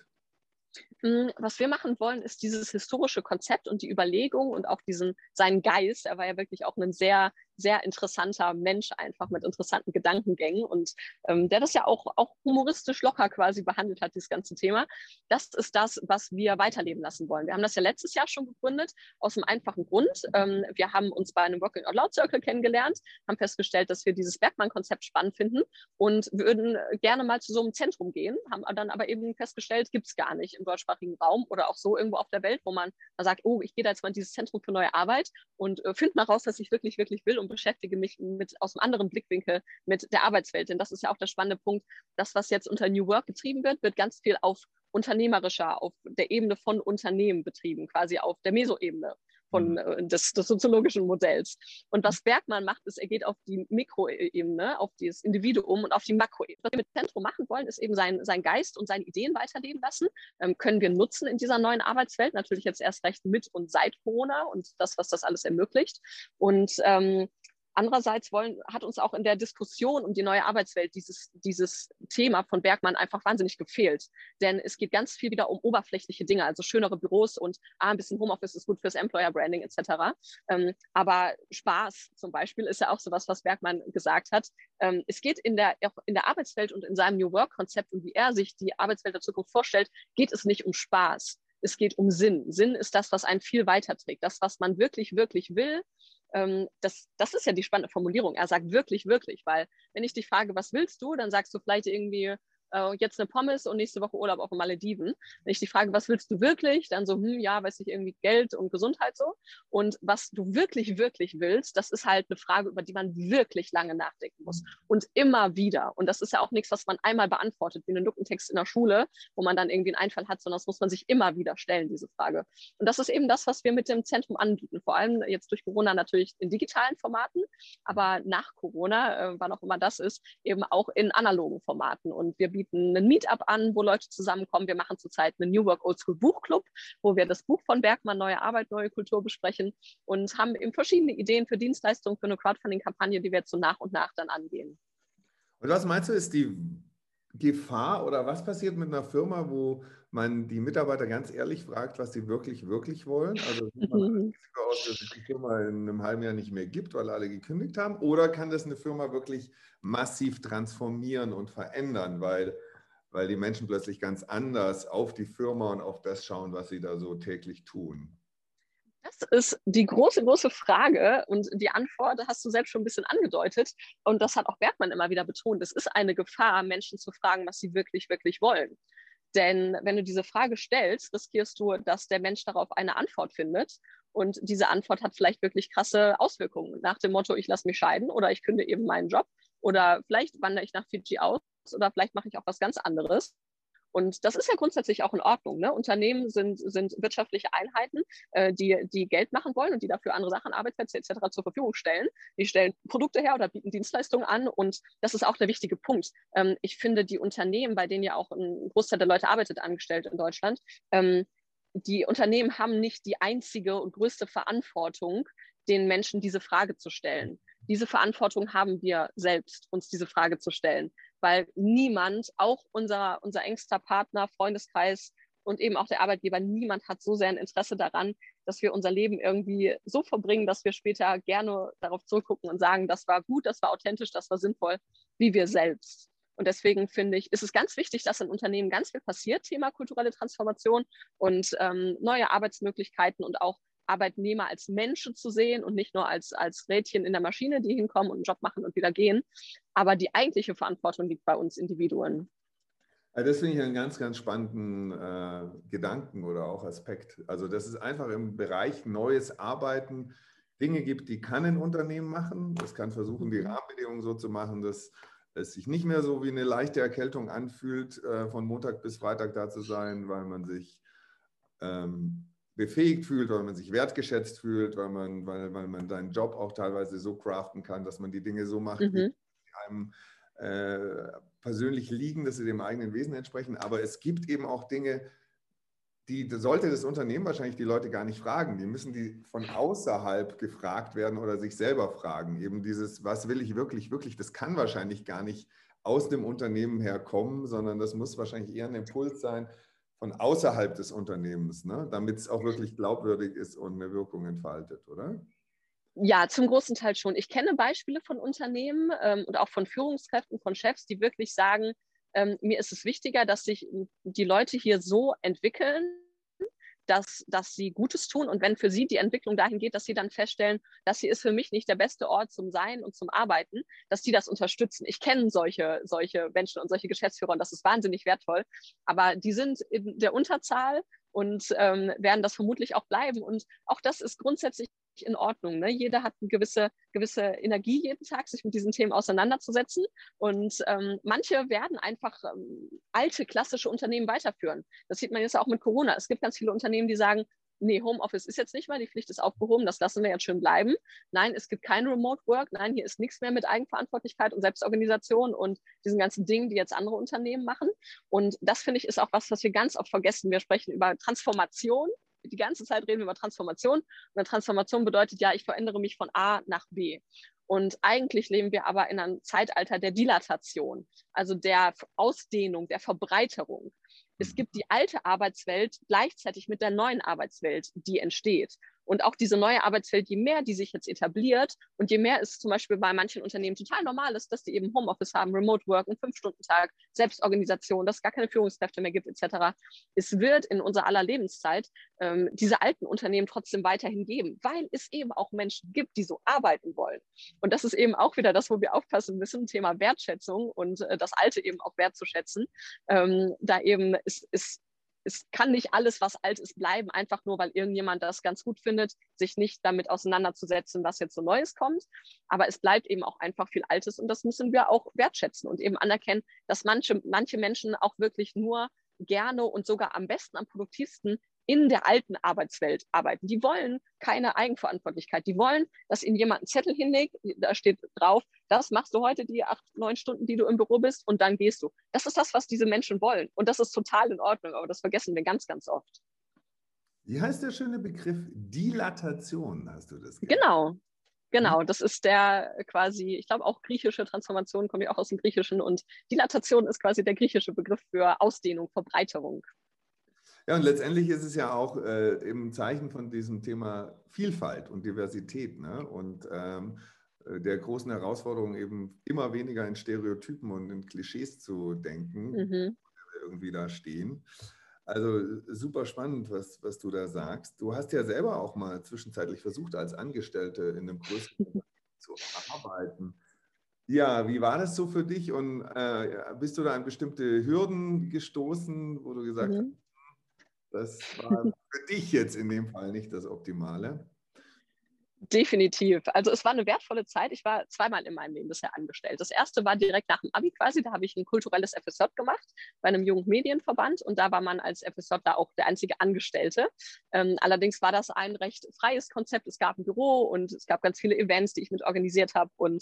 Was wir machen wollen, ist dieses historische Konzept und die Überlegung und auch seinen Geist. Er war ja wirklich auch ein sehr sehr interessanter Mensch einfach mit interessanten Gedankengängen und der das ja auch humoristisch locker quasi behandelt hat, dieses ganze Thema. Das ist das, was wir weiterleben lassen wollen. Wir haben das ja letztes Jahr schon gegründet, aus einem einfachen Grund. Wir haben uns bei einem Working Out Loud Circle kennengelernt, haben festgestellt, dass wir dieses Bergmann-Konzept spannend finden und würden gerne mal zu so einem Zentrum gehen, haben dann aber eben festgestellt, gibt es gar nicht im deutschsprachigen Raum oder auch so irgendwo auf der Welt, wo man sagt, oh, ich gehe da jetzt mal in dieses Zentrum für neue Arbeit und finde mal raus, was ich wirklich, wirklich will und beschäftige mich aus einem anderen Blickwinkel mit der Arbeitswelt. Denn das ist ja auch der spannende Punkt. Das, was jetzt unter New Work getrieben wird ganz viel auf unternehmerischer, auf der Ebene von Unternehmen betrieben, quasi auf der Meso-Ebene des soziologischen Modells. Und was Bergmann macht, ist, er geht auf die Mikroebene, auf das Individuum und auf die Makroebene. Was wir mit Zentrum machen wollen, ist eben sein Geist und seine Ideen weiterleben lassen. Können wir nutzen in dieser neuen Arbeitswelt, natürlich jetzt erst recht mit und seit Corona und das, was das alles ermöglicht. Und andererseits hat uns auch in der Diskussion um die neue Arbeitswelt dieses Thema von Bergmann einfach wahnsinnig gefehlt. Denn es geht ganz viel wieder um oberflächliche Dinge, also schönere Büros und ein bisschen Homeoffice ist gut fürs Employer Branding etc. Aber Spaß zum Beispiel ist ja auch sowas, was Bergmann gesagt hat. Es geht auch in der Arbeitswelt und in seinem New Work-Konzept und wie er sich die Arbeitswelt der Zukunft vorstellt, geht es nicht um Spaß. Es geht um Sinn. Sinn ist das, was einen viel weiter trägt. Das, was man wirklich, wirklich will. Das ist ja die spannende Formulierung. Er sagt wirklich, wirklich, weil wenn ich dich frage, was willst du, dann sagst du vielleicht irgendwie jetzt eine Pommes und nächste Woche Urlaub auf den Malediven. Wenn ich dich frage, was willst du wirklich, dann so, ja, weiß ich, irgendwie Geld und Gesundheit so. Und was du wirklich, wirklich willst, das ist halt eine Frage, über die man wirklich lange nachdenken muss. Und immer wieder. Und das ist ja auch nichts, was man einmal beantwortet, wie einen Lückentext in der Schule, wo man dann irgendwie einen Einfall hat, sondern das muss man sich immer wieder stellen, diese Frage. Und das ist eben das, was wir mit dem Zentrum anbieten. Vor allem jetzt durch Corona natürlich in digitalen Formaten, aber nach Corona, wann auch immer das ist, eben auch in analogen Formaten. Und wir bieten einen Meetup an, wo Leute zusammenkommen. Wir machen zurzeit einen New Work Old School Buchclub, wo wir das Buch von Bergmann, Neue Arbeit, neue Kultur besprechen und haben eben verschiedene Ideen für Dienstleistungen, für eine Crowdfunding-Kampagne, die wir jetzt so nach und nach dann angehen. Und was meinst du, ist die Gefahr oder was passiert mit einer Firma, wo man die Mitarbeiter ganz ehrlich fragt, was sie wirklich, wirklich wollen? Also sieht man das Risiko aus, dass es die Firma in einem halben Jahr nicht mehr gibt, weil alle gekündigt haben? Oder kann das eine Firma wirklich massiv transformieren und verändern, weil die Menschen plötzlich ganz anders auf die Firma und auf das schauen, was sie da so täglich tun? Das ist die große, große Frage und die Antwort hast du selbst schon ein bisschen angedeutet und das hat auch Bergmann immer wieder betont. Es ist eine Gefahr, Menschen zu fragen, was sie wirklich, wirklich wollen. Denn wenn du diese Frage stellst, riskierst du, dass der Mensch darauf eine Antwort findet und diese Antwort hat vielleicht wirklich krasse Auswirkungen nach dem Motto, ich lasse mich scheiden oder ich kündige eben meinen Job oder vielleicht wandere ich nach Fidschi aus oder vielleicht mache ich auch was ganz anderes. Und das ist ja grundsätzlich auch in Ordnung. Ne? Unternehmen sind wirtschaftliche Einheiten, die Geld machen wollen und die dafür andere Sachen, Arbeitsplätze etc. zur Verfügung stellen. Die stellen Produkte her oder bieten Dienstleistungen an und das ist auch der wichtige Punkt. Ich finde, die Unternehmen, bei denen ja auch ein Großteil der Leute arbeitet, angestellt in Deutschland, die Unternehmen haben nicht die einzige und größte Verantwortung, den Menschen diese Frage zu stellen. Diese Verantwortung haben wir selbst, uns diese Frage zu stellen, weil niemand, auch unser engster Partner, Freundeskreis und eben auch der Arbeitgeber, niemand hat so sehr ein Interesse daran, dass wir unser Leben irgendwie so verbringen, dass wir später gerne darauf zurückgucken und sagen, das war gut, das war authentisch, das war sinnvoll, wie wir selbst. Und deswegen finde ich, ist es ganz wichtig, dass in Unternehmen ganz viel passiert, Thema kulturelle Transformation und neue Arbeitsmöglichkeiten und auch Arbeitnehmer als Menschen zu sehen und nicht nur als Rädchen in der Maschine, die hinkommen und einen Job machen und wieder gehen. Aber die eigentliche Verantwortung liegt bei uns Individuen. Also das finde ich einen ganz, ganz spannenden Gedanken oder auch Aspekt. Also dass es einfach im Bereich neues Arbeiten Dinge gibt, die kann ein Unternehmen machen. Das kann versuchen, die Rahmenbedingungen so zu machen, dass es sich nicht mehr so wie eine leichte Erkältung anfühlt, von Montag bis Freitag da zu sein, weil man sich befähigt fühlt, weil man sich wertgeschätzt fühlt, weil man seinen Job auch teilweise so craften kann, dass man die Dinge so macht, wie einem persönlich liegen, dass sie dem eigenen Wesen entsprechen. Aber es gibt eben auch Dinge, die sollte das Unternehmen wahrscheinlich die Leute gar nicht fragen. Die müssen die von außerhalb gefragt werden oder sich selber fragen. Eben dieses, was will ich wirklich, wirklich, das kann wahrscheinlich gar nicht aus dem Unternehmen herkommen, sondern das muss wahrscheinlich eher ein Impuls sein von außerhalb des Unternehmens, ne? Damit es auch wirklich glaubwürdig ist und eine Wirkung entfaltet, oder? Ja, zum großen Teil schon. Ich kenne Beispiele von Unternehmen und auch von Führungskräften, von Chefs, die wirklich sagen, mir ist es wichtiger, dass sich die Leute hier so entwickeln, dass sie Gutes tun. Und wenn für sie die Entwicklung dahin geht, dass sie dann feststellen, das hier ist für mich nicht der beste Ort zum Sein und zum Arbeiten, dass die das unterstützen. Ich kenne solche Menschen und solche Geschäftsführer und das ist wahnsinnig wertvoll. Aber die sind in der Unterzahl und werden das vermutlich auch bleiben. Und auch das ist grundsätzlich in Ordnung. Ne? Jeder hat eine gewisse Energie jeden Tag, sich mit diesen Themen auseinanderzusetzen. Und manche werden einfach alte, klassische Unternehmen weiterführen. Das sieht man jetzt auch mit Corona. Es gibt ganz viele Unternehmen, die sagen, nee, Homeoffice ist jetzt nicht mehr, die Pflicht ist aufgehoben, das lassen wir jetzt schön bleiben. Nein, es gibt kein Remote Work, nein, hier ist nichts mehr mit Eigenverantwortlichkeit und Selbstorganisation und diesen ganzen Dingen, die jetzt andere Unternehmen machen. Und das, finde ich, ist auch was wir ganz oft vergessen. Wir sprechen über Transformation. Die ganze Zeit reden wir über Transformation. Und eine Transformation bedeutet ja, ich verändere mich von A nach B. Und eigentlich leben wir aber in einem Zeitalter der Dilatation, also der Ausdehnung, der Verbreiterung. Es gibt die alte Arbeitswelt gleichzeitig mit der neuen Arbeitswelt, die entsteht. Und auch diese neue Arbeitswelt, je mehr die sich jetzt etabliert und je mehr es zum Beispiel bei manchen Unternehmen total normal ist, dass die eben Homeoffice haben, Remote Work, einen 5-Stunden-Tag, Selbstorganisation, dass es gar keine Führungskräfte mehr gibt, etc. Es wird in unserer aller Lebenszeit diese alten Unternehmen trotzdem weiterhin geben, weil es eben auch Menschen gibt, die so arbeiten wollen. Und das ist eben auch wieder das, wo wir aufpassen müssen, Thema Wertschätzung und das Alte eben auch wertzuschätzen. Da eben es kann nicht alles, was alt ist, bleiben, einfach nur, weil irgendjemand das ganz gut findet, sich nicht damit auseinanderzusetzen, was jetzt so Neues kommt. Aber es bleibt eben auch einfach viel Altes und das müssen wir auch wertschätzen und eben anerkennen, dass manche Menschen auch wirklich nur gerne und sogar am besten, am produktivsten in der alten Arbeitswelt arbeiten. Die wollen keine Eigenverantwortlichkeit. Die wollen, dass ihnen jemand einen Zettel hinlegt, da steht drauf, das machst du heute die 8-9 Stunden, die du im Büro bist und dann gehst du. Das ist das, was diese Menschen wollen. Und das ist total in Ordnung, aber das vergessen wir ganz, ganz oft. Wie heißt der schöne Begriff? Dilatation, hast du das genannt? Genau, das ist der quasi, ich glaube auch griechische Transformation, komme ja auch aus dem Griechischen und Dilatation ist quasi der griechische Begriff für Ausdehnung, Verbreiterung. Ja, und letztendlich ist es ja auch im Zeichen von diesem Thema Vielfalt und Diversität, ne? Und der großen Herausforderung eben immer weniger in Stereotypen und in Klischees zu denken, wo wir irgendwie da stehen. Also super spannend, was du da sagst. Du hast ja selber auch mal zwischenzeitlich versucht, als Angestellte in einem größeren Unternehmen zu arbeiten. Ja, wie war das so für dich und bist du da an bestimmte Hürden gestoßen, wo du gesagt hast, das war für dich jetzt in dem Fall nicht das Optimale? Definitiv. Also es war eine wertvolle Zeit. Ich war zweimal in meinem Leben bisher angestellt. Das erste war direkt nach dem Abi quasi. Da habe ich ein kulturelles FSJ gemacht bei einem Jugendmedienverband und da war man als FSJ da auch der einzige Angestellte. Allerdings war das ein recht freies Konzept. Es gab ein Büro und es gab ganz viele Events, die ich mit organisiert habe und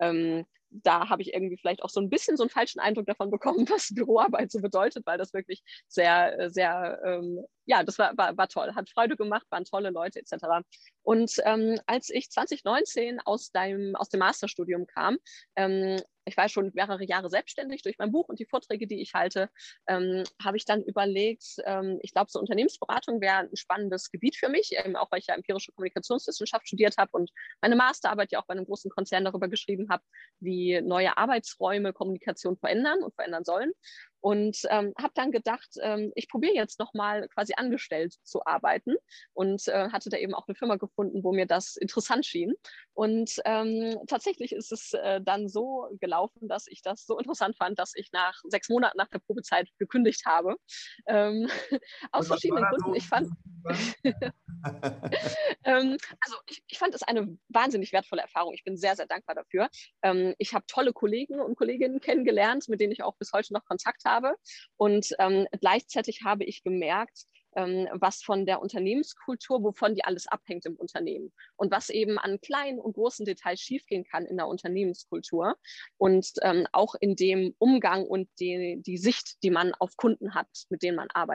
da habe ich irgendwie vielleicht auch so ein bisschen so einen falschen Eindruck davon bekommen, was Büroarbeit so bedeutet, weil das wirklich sehr, sehr, ja, das war toll, hat Freude gemacht, waren tolle Leute etc. Und als ich 2019 aus dem Masterstudium kam, ich war schon mehrere Jahre selbstständig durch mein Buch und die Vorträge, die ich halte, habe ich dann überlegt, ich glaube, so Unternehmensberatung wäre ein spannendes Gebiet für mich, auch weil ich ja empirische Kommunikationswissenschaft studiert habe und meine Masterarbeit ja auch bei einem großen Konzern darüber geschrieben habe, wie neue Arbeitsräume Kommunikation verändern und verändern sollen. Und habe dann gedacht, ich probiere jetzt nochmal quasi angestellt zu arbeiten und hatte da eben auch eine Firma gefunden, wo mir das interessant schien. Und tatsächlich ist es dann so gelaufen, dass ich das so interessant fand, dass ich nach 6 Monaten nach der Probezeit gekündigt habe. Aus verschiedenen Gründen. Ich fand, also ich fand es eine wahnsinnig wertvolle Erfahrung. Ich bin sehr, sehr dankbar dafür. Ich habe tolle Kollegen und Kolleginnen kennengelernt, mit denen ich auch bis heute noch Kontakt habe. Und gleichzeitig habe ich gemerkt, was von der Unternehmenskultur, wovon die alles abhängt im Unternehmen und was eben an kleinen und großen Details schiefgehen kann in der Unternehmenskultur und auch in dem Umgang und die Sicht, die man auf Kunden hat, mit denen man arbeitet.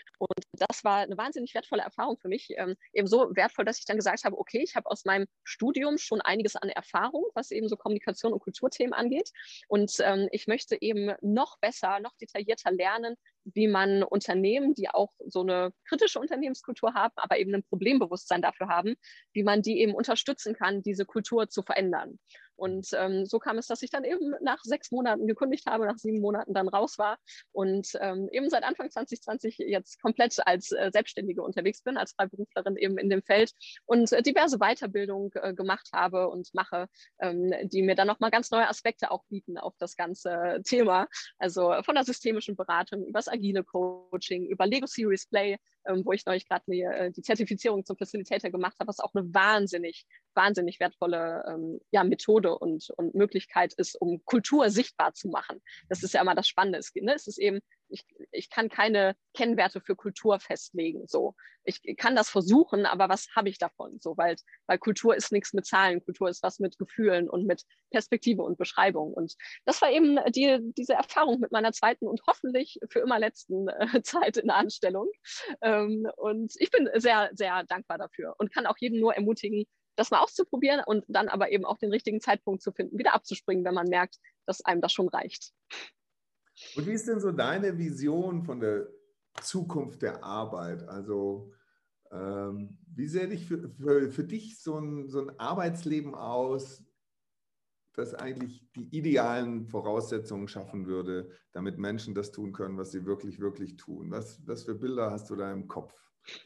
Und das war eine wahnsinnig wertvolle Erfahrung für mich. Eben so wertvoll, dass ich dann gesagt habe, okay, ich habe aus meinem Studium schon einiges an Erfahrung, was eben so Kommunikation und Kulturthemen angeht. Und ich möchte eben noch besser, noch detaillierter lernen, wie man Unternehmen, die auch so eine kritische Unternehmenskultur haben, aber eben ein Problembewusstsein dafür haben, wie man die eben unterstützen kann, diese Kultur zu verändern. Und so kam es, dass ich dann eben nach 6 Monaten gekündigt habe, nach 7 Monaten dann raus war und eben seit Anfang 2020 jetzt komplett als Selbstständige unterwegs bin, als Freiberuflerin eben in dem Feld und diverse Weiterbildung gemacht habe und mache, die mir dann nochmal ganz neue Aspekte auch bieten auf das ganze Thema. Also von der systemischen Beratung über das agile Coaching, über Lego Series Play, wo ich neulich gerade die Zertifizierung zum Facilitator gemacht habe, was auch eine wahnsinnig wertvolle Methode und Möglichkeit ist, um Kultur sichtbar zu machen. Das ist ja immer das Spannende. Es ist eben, ich kann keine Kennwerte für Kultur festlegen. So. Ich kann das versuchen, aber was habe ich davon? So, weil Kultur ist nichts mit Zahlen, Kultur ist was mit Gefühlen und mit Perspektive und Beschreibung. Und das war eben diese Erfahrung mit meiner zweiten und hoffentlich für immer letzten Zeit in der Anstellung. Und ich bin sehr, sehr dankbar dafür und kann auch jeden nur ermutigen, das mal auszuprobieren und dann aber eben auch den richtigen Zeitpunkt zu finden, wieder abzuspringen, wenn man merkt, dass einem das schon reicht. Und wie ist denn so deine Vision von der Zukunft der Arbeit? Also wie sähe für dich so ein Arbeitsleben aus, das eigentlich die idealen Voraussetzungen schaffen würde, damit Menschen das tun können, was sie wirklich, wirklich tun? Was für Bilder hast du da im Kopf?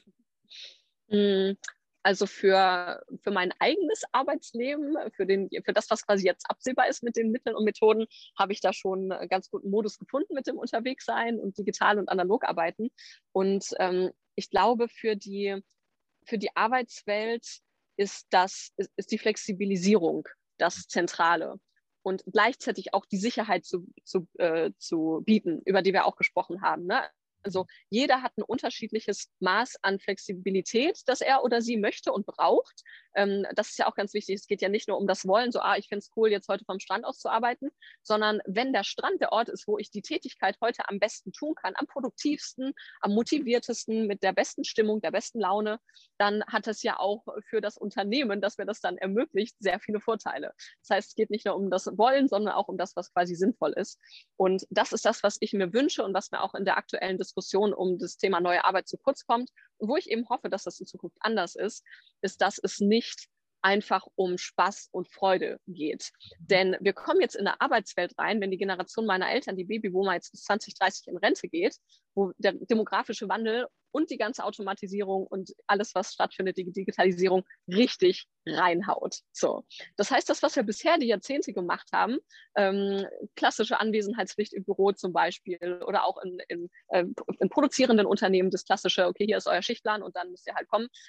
Also für mein eigenes Arbeitsleben, für das, was quasi jetzt absehbar ist mit den Mitteln und Methoden, habe ich da schon einen ganz guten Modus gefunden mit dem Unterwegssein und digital und analog arbeiten. Und ich glaube, für die Arbeitswelt ist die Flexibilisierung das Zentrale. Und gleichzeitig auch die Sicherheit zu bieten, über die wir auch gesprochen haben. Ne? Also jeder hat ein unterschiedliches Maß an Flexibilität, das er oder sie möchte und braucht. Das ist ja auch ganz wichtig. Es geht ja nicht nur um das Wollen, so, ich finde es cool, jetzt heute vom Strand aus zu arbeiten, sondern wenn der Strand der Ort ist, wo ich die Tätigkeit heute am besten tun kann, am produktivsten, am motiviertesten, mit der besten Stimmung, der besten Laune, dann hat es ja auch für das Unternehmen, das mir das dann ermöglicht, sehr viele Vorteile. Das heißt, es geht nicht nur um das Wollen, sondern auch um das, was quasi sinnvoll ist. Und das ist das, was ich mir wünsche und was mir auch in der aktuellen Diskussion um das Thema neue Arbeit zu kurz kommt. Und wo ich eben hoffe, dass das in Zukunft anders ist, dass es nicht einfach um Spaß und Freude geht. Denn wir kommen jetzt in eine Arbeitswelt rein, wenn die Generation meiner Eltern, die Babyboomer, jetzt bis 2030 in Rente geht, wo der demografische Wandel und die ganze Automatisierung und alles, was stattfindet, die Digitalisierung, richtig reinhaut. So. Das heißt, das, was wir bisher die Jahrzehnte gemacht haben, klassische Anwesenheitspflicht im Büro zum Beispiel oder auch in produzierenden Unternehmen, das klassische, okay, hier ist euer Schichtplan und dann müsst ihr halt kommen,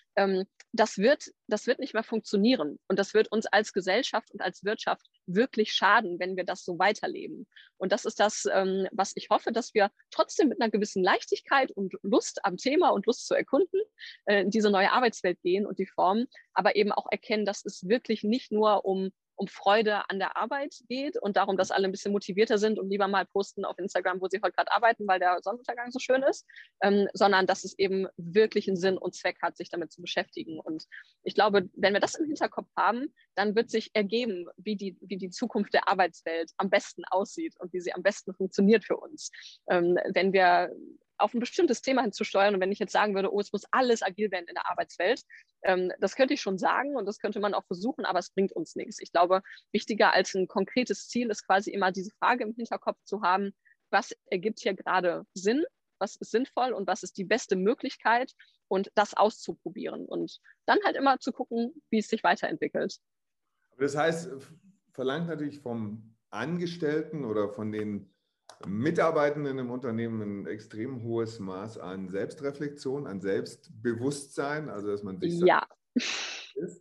das wird nicht mehr funktionieren. Und das wird uns als Gesellschaft und als Wirtschaft wirklich schaden, wenn wir das so weiterleben. Und das ist das, was ich hoffe, dass wir trotzdem mit einer gewissen Leichtigkeit und Lust am Thema und Lust zu erkunden in diese neue Arbeitswelt gehen und die Formen, aber eben auch erkennen, dass es wirklich nicht nur um Freude an der Arbeit geht und darum, dass alle ein bisschen motivierter sind und lieber mal posten auf Instagram, wo sie heute gerade arbeiten, weil der Sonnenuntergang so schön ist, sondern dass es eben wirklich einen Sinn und Zweck hat, sich damit zu beschäftigen. Und ich glaube, wenn wir das im Hinterkopf haben, dann wird sich ergeben, wie die Zukunft der Arbeitswelt am besten aussieht und wie sie am besten funktioniert für uns. Wenn wir auf ein bestimmtes Thema hinzusteuern. Und wenn ich jetzt sagen würde, es muss alles agil werden in der Arbeitswelt, das könnte ich schon sagen und das könnte man auch versuchen, aber es bringt uns nichts. Ich glaube, wichtiger als ein konkretes Ziel ist quasi immer diese Frage im Hinterkopf zu haben, was ergibt hier gerade Sinn, was ist sinnvoll und was ist die beste Möglichkeit und das auszuprobieren und dann halt immer zu gucken, wie es sich weiterentwickelt. Aber das heißt, verlangt natürlich vom Angestellten oder von den Mitarbeitenden im Unternehmen ein extrem hohes Maß an Selbstreflexion, an Selbstbewusstsein, also dass man sich ja. ist.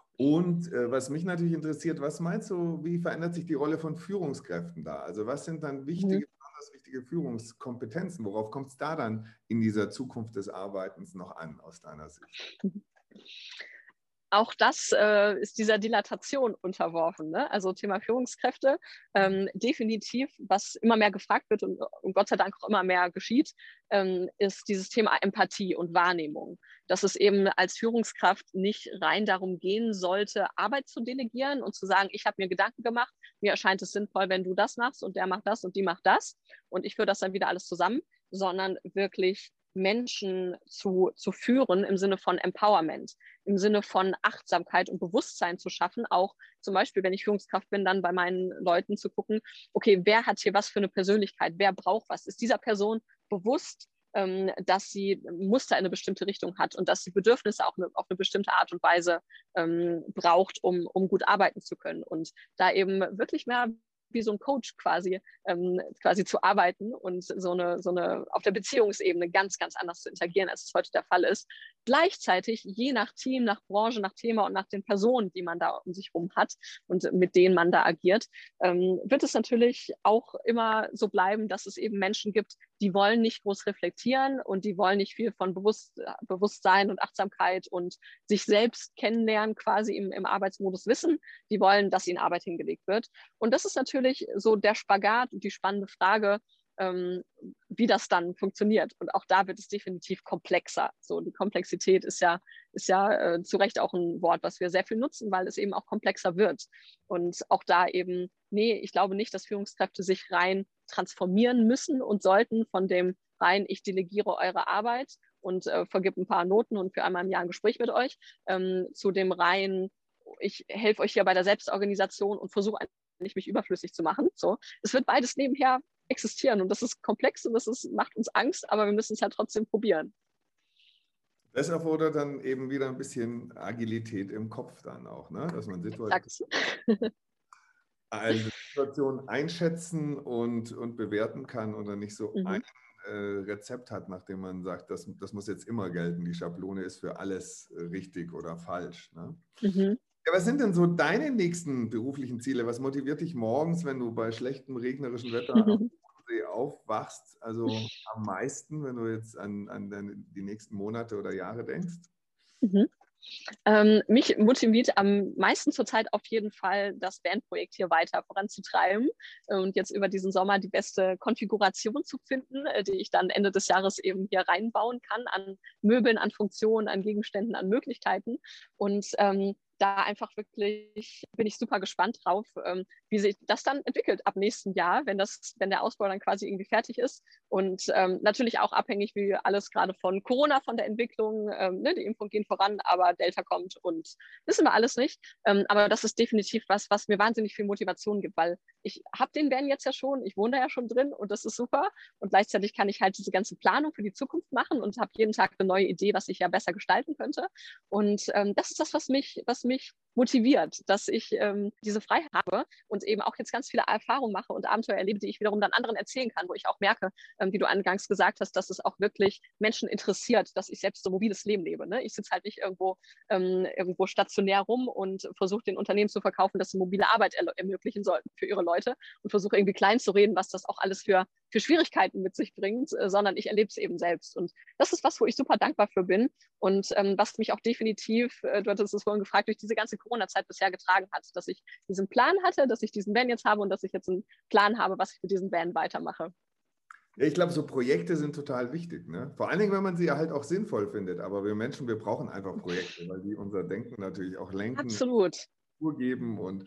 Und was mich natürlich interessiert, was meinst du, wie verändert sich die Rolle von Führungskräften da? Also was sind dann besonders wichtige Führungskompetenzen? Worauf kommt es da dann in dieser Zukunft des Arbeitens noch an, aus deiner Sicht? auch das ist dieser Dilatation unterworfen. Ne? Also Thema Führungskräfte, definitiv, was immer mehr gefragt wird und Gott sei Dank auch immer mehr geschieht, ist dieses Thema Empathie und Wahrnehmung. Dass es eben als Führungskraft nicht rein darum gehen sollte, Arbeit zu delegieren und zu sagen, ich habe mir Gedanken gemacht, mir erscheint es sinnvoll, wenn du das machst und der macht das und die macht das und ich führe das dann wieder alles zusammen, sondern wirklich Menschen zu führen im Sinne von Empowerment, im Sinne von Achtsamkeit und Bewusstsein zu schaffen, auch zum Beispiel, wenn ich Führungskraft bin, dann bei meinen Leuten zu gucken, okay, wer hat hier was für eine Persönlichkeit, wer braucht was, ist dieser Person bewusst, dass sie Muster in eine bestimmte Richtung hat und dass sie Bedürfnisse auch auf eine bestimmte Art und Weise braucht, um gut arbeiten zu können und da eben wirklich mehr wie so ein Coach quasi zu arbeiten und so eine auf der Beziehungsebene ganz, ganz anders zu interagieren, als es heute der Fall ist. Gleichzeitig, je nach Team, nach Branche, nach Thema und nach den Personen, die man da um sich herum hat und mit denen man da agiert, wird es natürlich auch immer so bleiben, dass es eben Menschen gibt, die wollen nicht groß reflektieren und die wollen nicht viel von Bewusstsein und Achtsamkeit und sich selbst kennenlernen quasi im Arbeitsmodus wissen. Die wollen, dass ihnen Arbeit hingelegt wird. Und das ist natürlich so der Spagat und die spannende Frage, wie das dann funktioniert. Und auch da wird es definitiv komplexer. So, die Komplexität ist ja zu Recht auch ein Wort, was wir sehr viel nutzen, weil es eben auch komplexer wird. Und auch da eben, nee, ich glaube nicht, dass Führungskräfte sich rein transformieren müssen und sollten von dem rein, ich delegiere eure Arbeit und vergib ein paar Noten und für einmal im Jahr ein Gespräch mit euch, zu dem rein, ich helfe euch hier bei der Selbstorganisation und versuche nicht mich überflüssig zu machen. So, es wird beides nebenher existieren und das ist komplex und macht uns Angst, aber wir müssen es halt trotzdem probieren. Das erfordert dann eben wieder ein bisschen Agilität im Kopf dann auch, ne? Dass man Situationen einschätzen und bewerten kann oder nicht so ein Rezept hat, nachdem man sagt, das muss jetzt immer gelten, die Schablone ist für alles richtig oder falsch. Ne? Ja, was sind denn so deine nächsten beruflichen Ziele? Was motiviert dich morgens, wenn du bei schlechtem regnerischen Wetter am See aufwachst? Also am meisten, wenn du jetzt an die nächsten Monate oder Jahre denkst? Mich motiviert am meisten zurzeit auf jeden Fall, das Bandprojekt hier weiter voranzutreiben und jetzt über diesen Sommer die beste Konfiguration zu finden, die ich dann Ende des Jahres eben hier reinbauen kann an Möbeln, an Funktionen, an Gegenständen, an Möglichkeiten. Und da einfach wirklich bin ich super gespannt drauf, wie sich das dann entwickelt ab nächsten Jahr, wenn der Ausbau dann quasi irgendwie fertig ist. Und natürlich auch abhängig, wie alles gerade von Corona, von der Entwicklung, ne, die Impfungen gehen voran, aber Delta kommt und wissen wir alles nicht. Aber das ist definitiv was mir wahnsinnig viel Motivation gibt, weil ich habe den Van jetzt ja schon, ich wohne da ja schon drin und das ist super. Und gleichzeitig kann ich halt diese ganze Planung für die Zukunft machen und habe jeden Tag eine neue Idee, was ich ja besser gestalten könnte. Und das ist das, was mich motiviert, dass ich diese Freiheit habe und eben auch jetzt ganz viele Erfahrungen mache und Abenteuer erlebe, die ich wiederum dann anderen erzählen kann, wo ich auch merke, wie du angangs gesagt hast, dass es auch wirklich Menschen interessiert, dass ich selbst so ein mobiles Leben lebe. Ne? Ich sitze halt nicht irgendwo stationär rum und versuche den Unternehmen zu verkaufen, dass sie mobile Arbeit ermöglichen sollten für ihre Leute und versuche irgendwie klein zu reden, was das auch alles für Schwierigkeiten mit sich bringt, sondern ich erlebe es eben selbst. Und das ist was, wo ich super dankbar für bin und was mich auch definitiv, du hattest es vorhin gefragt, durch diese ganze Corona-Zeit bisher getragen hat, dass ich diesen Plan hatte, dass ich diesen Van jetzt habe und dass ich jetzt einen Plan habe, was ich mit diesem Van weitermache. Ja, ich glaube, so Projekte sind total wichtig. Ne? Vor allen Dingen, wenn man sie halt auch sinnvoll findet. Aber wir Menschen, wir brauchen einfach Projekte, weil die unser Denken natürlich auch lenken, Absolut. Struktur geben und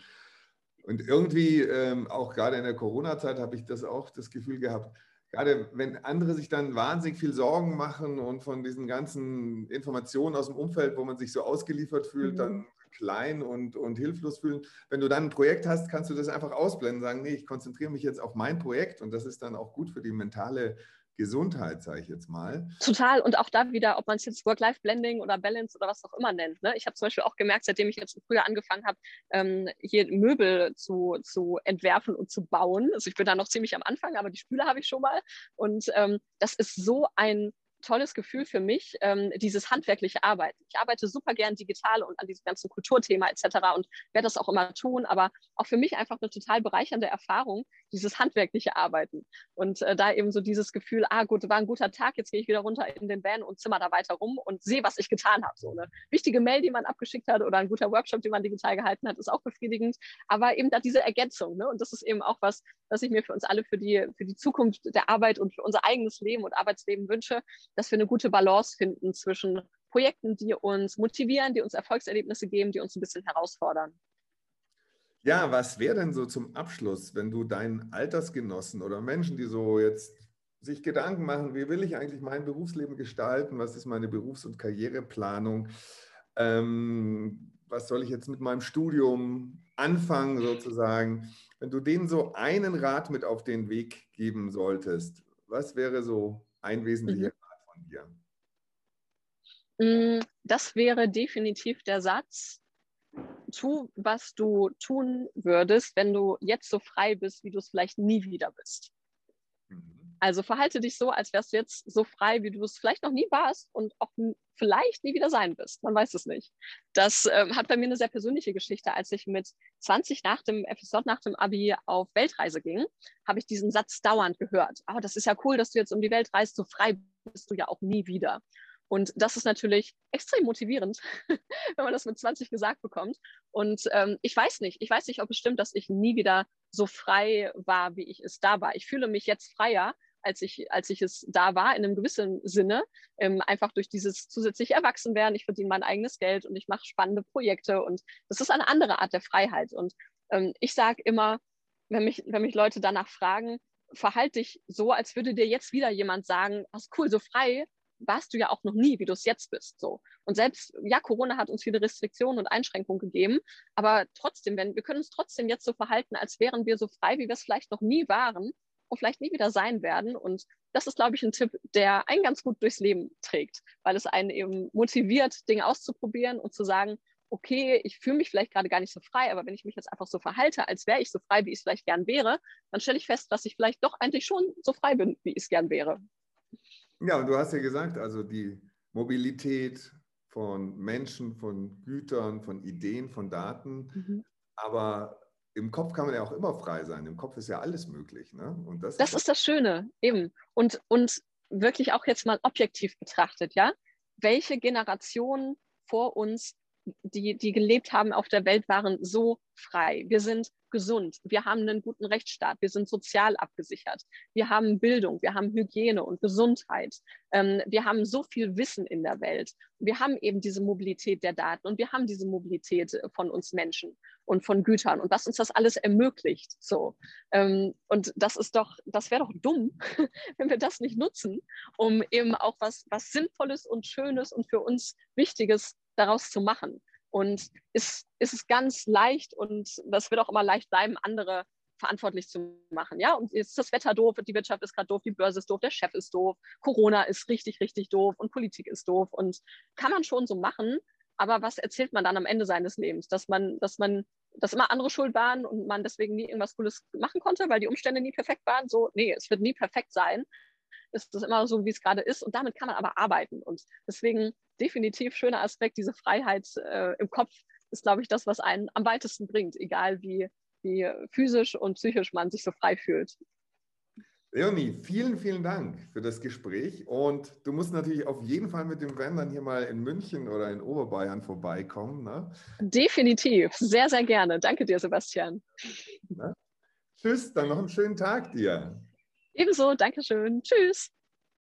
irgendwie, auch gerade in der Corona-Zeit, habe ich das auch das Gefühl gehabt, gerade wenn andere sich dann wahnsinnig viel Sorgen machen und von diesen ganzen Informationen aus dem Umfeld, wo man sich so ausgeliefert fühlt, dann klein und hilflos fühlen. Wenn du dann ein Projekt hast, kannst du das einfach ausblenden, sagen, nee, ich konzentriere mich jetzt auf mein Projekt und das ist dann auch gut für die mentale Gesundheit, sage ich jetzt mal. Total. Und auch da wieder, ob man es jetzt Work-Life-Blending oder Balance oder was auch immer nennt. Ne? Ich habe zum Beispiel auch gemerkt, seitdem ich jetzt früher angefangen habe, hier Möbel zu entwerfen und zu bauen. Also ich bin da noch ziemlich am Anfang, aber die Spüle habe ich schon mal. Und das ist so ein tolles Gefühl für mich, dieses handwerkliche Arbeiten. Ich arbeite super gern digital und an diesem ganzen Kulturthema etc. und werde das auch immer tun, aber auch für mich einfach eine total bereichernde Erfahrung, dieses handwerkliche Arbeiten. Und da eben so dieses Gefühl, gut, war ein guter Tag, jetzt gehe ich wieder runter in den Van und zimmer da weiter rum und sehe, was ich getan habe. So eine wichtige Mail, die man abgeschickt hat oder ein guter Workshop, den man digital gehalten hat, ist auch befriedigend. Aber eben da diese Ergänzung, ne? Und das ist eben auch was ich mir für uns alle für die Zukunft der Arbeit und für unser eigenes Leben und Arbeitsleben wünsche, dass wir eine gute Balance finden zwischen Projekten, die uns motivieren, die uns Erfolgserlebnisse geben, die uns ein bisschen herausfordern. Ja, was wäre denn so zum Abschluss, wenn du deinen Altersgenossen oder Menschen, die so jetzt sich Gedanken machen, wie will ich eigentlich mein Berufsleben gestalten, was ist meine Berufs- und Karriereplanung, was soll ich jetzt mit meinem Studium anfangen sozusagen, wenn du denen so einen Rat mit auf den Weg geben solltest, was wäre so ein wesentlicher Rat von dir? Das wäre definitiv der Satz: Tu, was du tun würdest, wenn du jetzt so frei bist, wie du es vielleicht nie wieder bist. Also verhalte dich so, als wärst du jetzt so frei, wie du es vielleicht noch nie warst und auch vielleicht nie wieder sein wirst. Man weiß es nicht. Das hat bei mir eine sehr persönliche Geschichte. Als ich mit 20 nach dem FSJ, nach dem Abi auf Weltreise ging, habe ich diesen Satz dauernd gehört. Oh, das ist ja cool, dass du jetzt um die Welt reist. So frei bist du ja auch nie wieder. Und das ist natürlich extrem motivierend, wenn man das mit 20 gesagt bekommt. Und ich weiß nicht, ob es stimmt, dass ich nie wieder so frei war, wie ich es da war. Ich fühle mich jetzt freier, als ich es da war, in einem gewissen Sinne, einfach durch dieses zusätzliche Erwachsenwerden. Ich verdiene mein eigenes Geld und ich mache spannende Projekte und das ist eine andere Art der Freiheit. Und ich sage immer, wenn mich Leute danach fragen, verhalte dich so, als würde dir jetzt wieder jemand sagen, was cool, so frei warst du ja auch noch nie, wie du es jetzt bist. So. Und selbst, ja, Corona hat uns viele Restriktionen und Einschränkungen gegeben, aber trotzdem, wir können uns trotzdem jetzt so verhalten, als wären wir so frei, wie wir es vielleicht noch nie waren und vielleicht nie wieder sein werden. Und das ist, glaube ich, ein Tipp, der einen ganz gut durchs Leben trägt, weil es einen eben motiviert, Dinge auszuprobieren und zu sagen, okay, ich fühle mich vielleicht gerade gar nicht so frei, aber wenn ich mich jetzt einfach so verhalte, als wäre ich so frei, wie ich es vielleicht gern wäre, dann stelle ich fest, dass ich vielleicht doch eigentlich schon so frei bin, wie ich es gern wäre. Ja, und du hast ja gesagt, also die Mobilität von Menschen, von Gütern, von Ideen, von Daten, aber im Kopf kann man ja auch immer frei sein. Im Kopf ist ja alles möglich, ne? Und das ist das Schöne, eben. Und wirklich auch jetzt mal objektiv betrachtet, ja? Welche Generationen vor uns, die gelebt haben auf der Welt, waren so frei. Wir sind gesund, wir haben einen guten Rechtsstaat, wir sind sozial abgesichert, wir haben Bildung, wir haben Hygiene und Gesundheit, wir haben so viel Wissen in der Welt, wir haben eben diese Mobilität der Daten und wir haben diese Mobilität von uns Menschen und von Gütern und was uns das alles ermöglicht. So. Und das wäre doch dumm, wenn wir das nicht nutzen, um eben auch was Sinnvolles und Schönes und für uns Wichtiges daraus zu machen. Und ist es ganz leicht und das wird auch immer leicht bleiben, andere verantwortlich zu machen. Ja, und jetzt ist das Wetter doof, die Wirtschaft ist gerade doof, die Börse ist doof, der Chef ist doof, Corona ist richtig, richtig doof und Politik ist doof. Und kann man schon so machen, aber was erzählt man dann am Ende seines Lebens? Dass immer andere schuld waren und man deswegen nie irgendwas Cooles machen konnte, weil die Umstände nie perfekt waren? So, nee, es wird nie perfekt sein. Es ist immer so, wie es gerade ist und damit kann man aber arbeiten. Und deswegen definitiv schöner Aspekt, diese Freiheit im Kopf ist, glaube ich, das, was einen am weitesten bringt, egal wie physisch und psychisch man sich so frei fühlt. Leonie, vielen, vielen Dank für das Gespräch und du musst natürlich auf jeden Fall mit dem Van dann hier mal in München oder in Oberbayern vorbeikommen. Ne? Definitiv, sehr, sehr gerne. Danke dir, Sebastian. Na? Tschüss, dann noch einen schönen Tag dir. Ebenso, Dankeschön. Tschüss.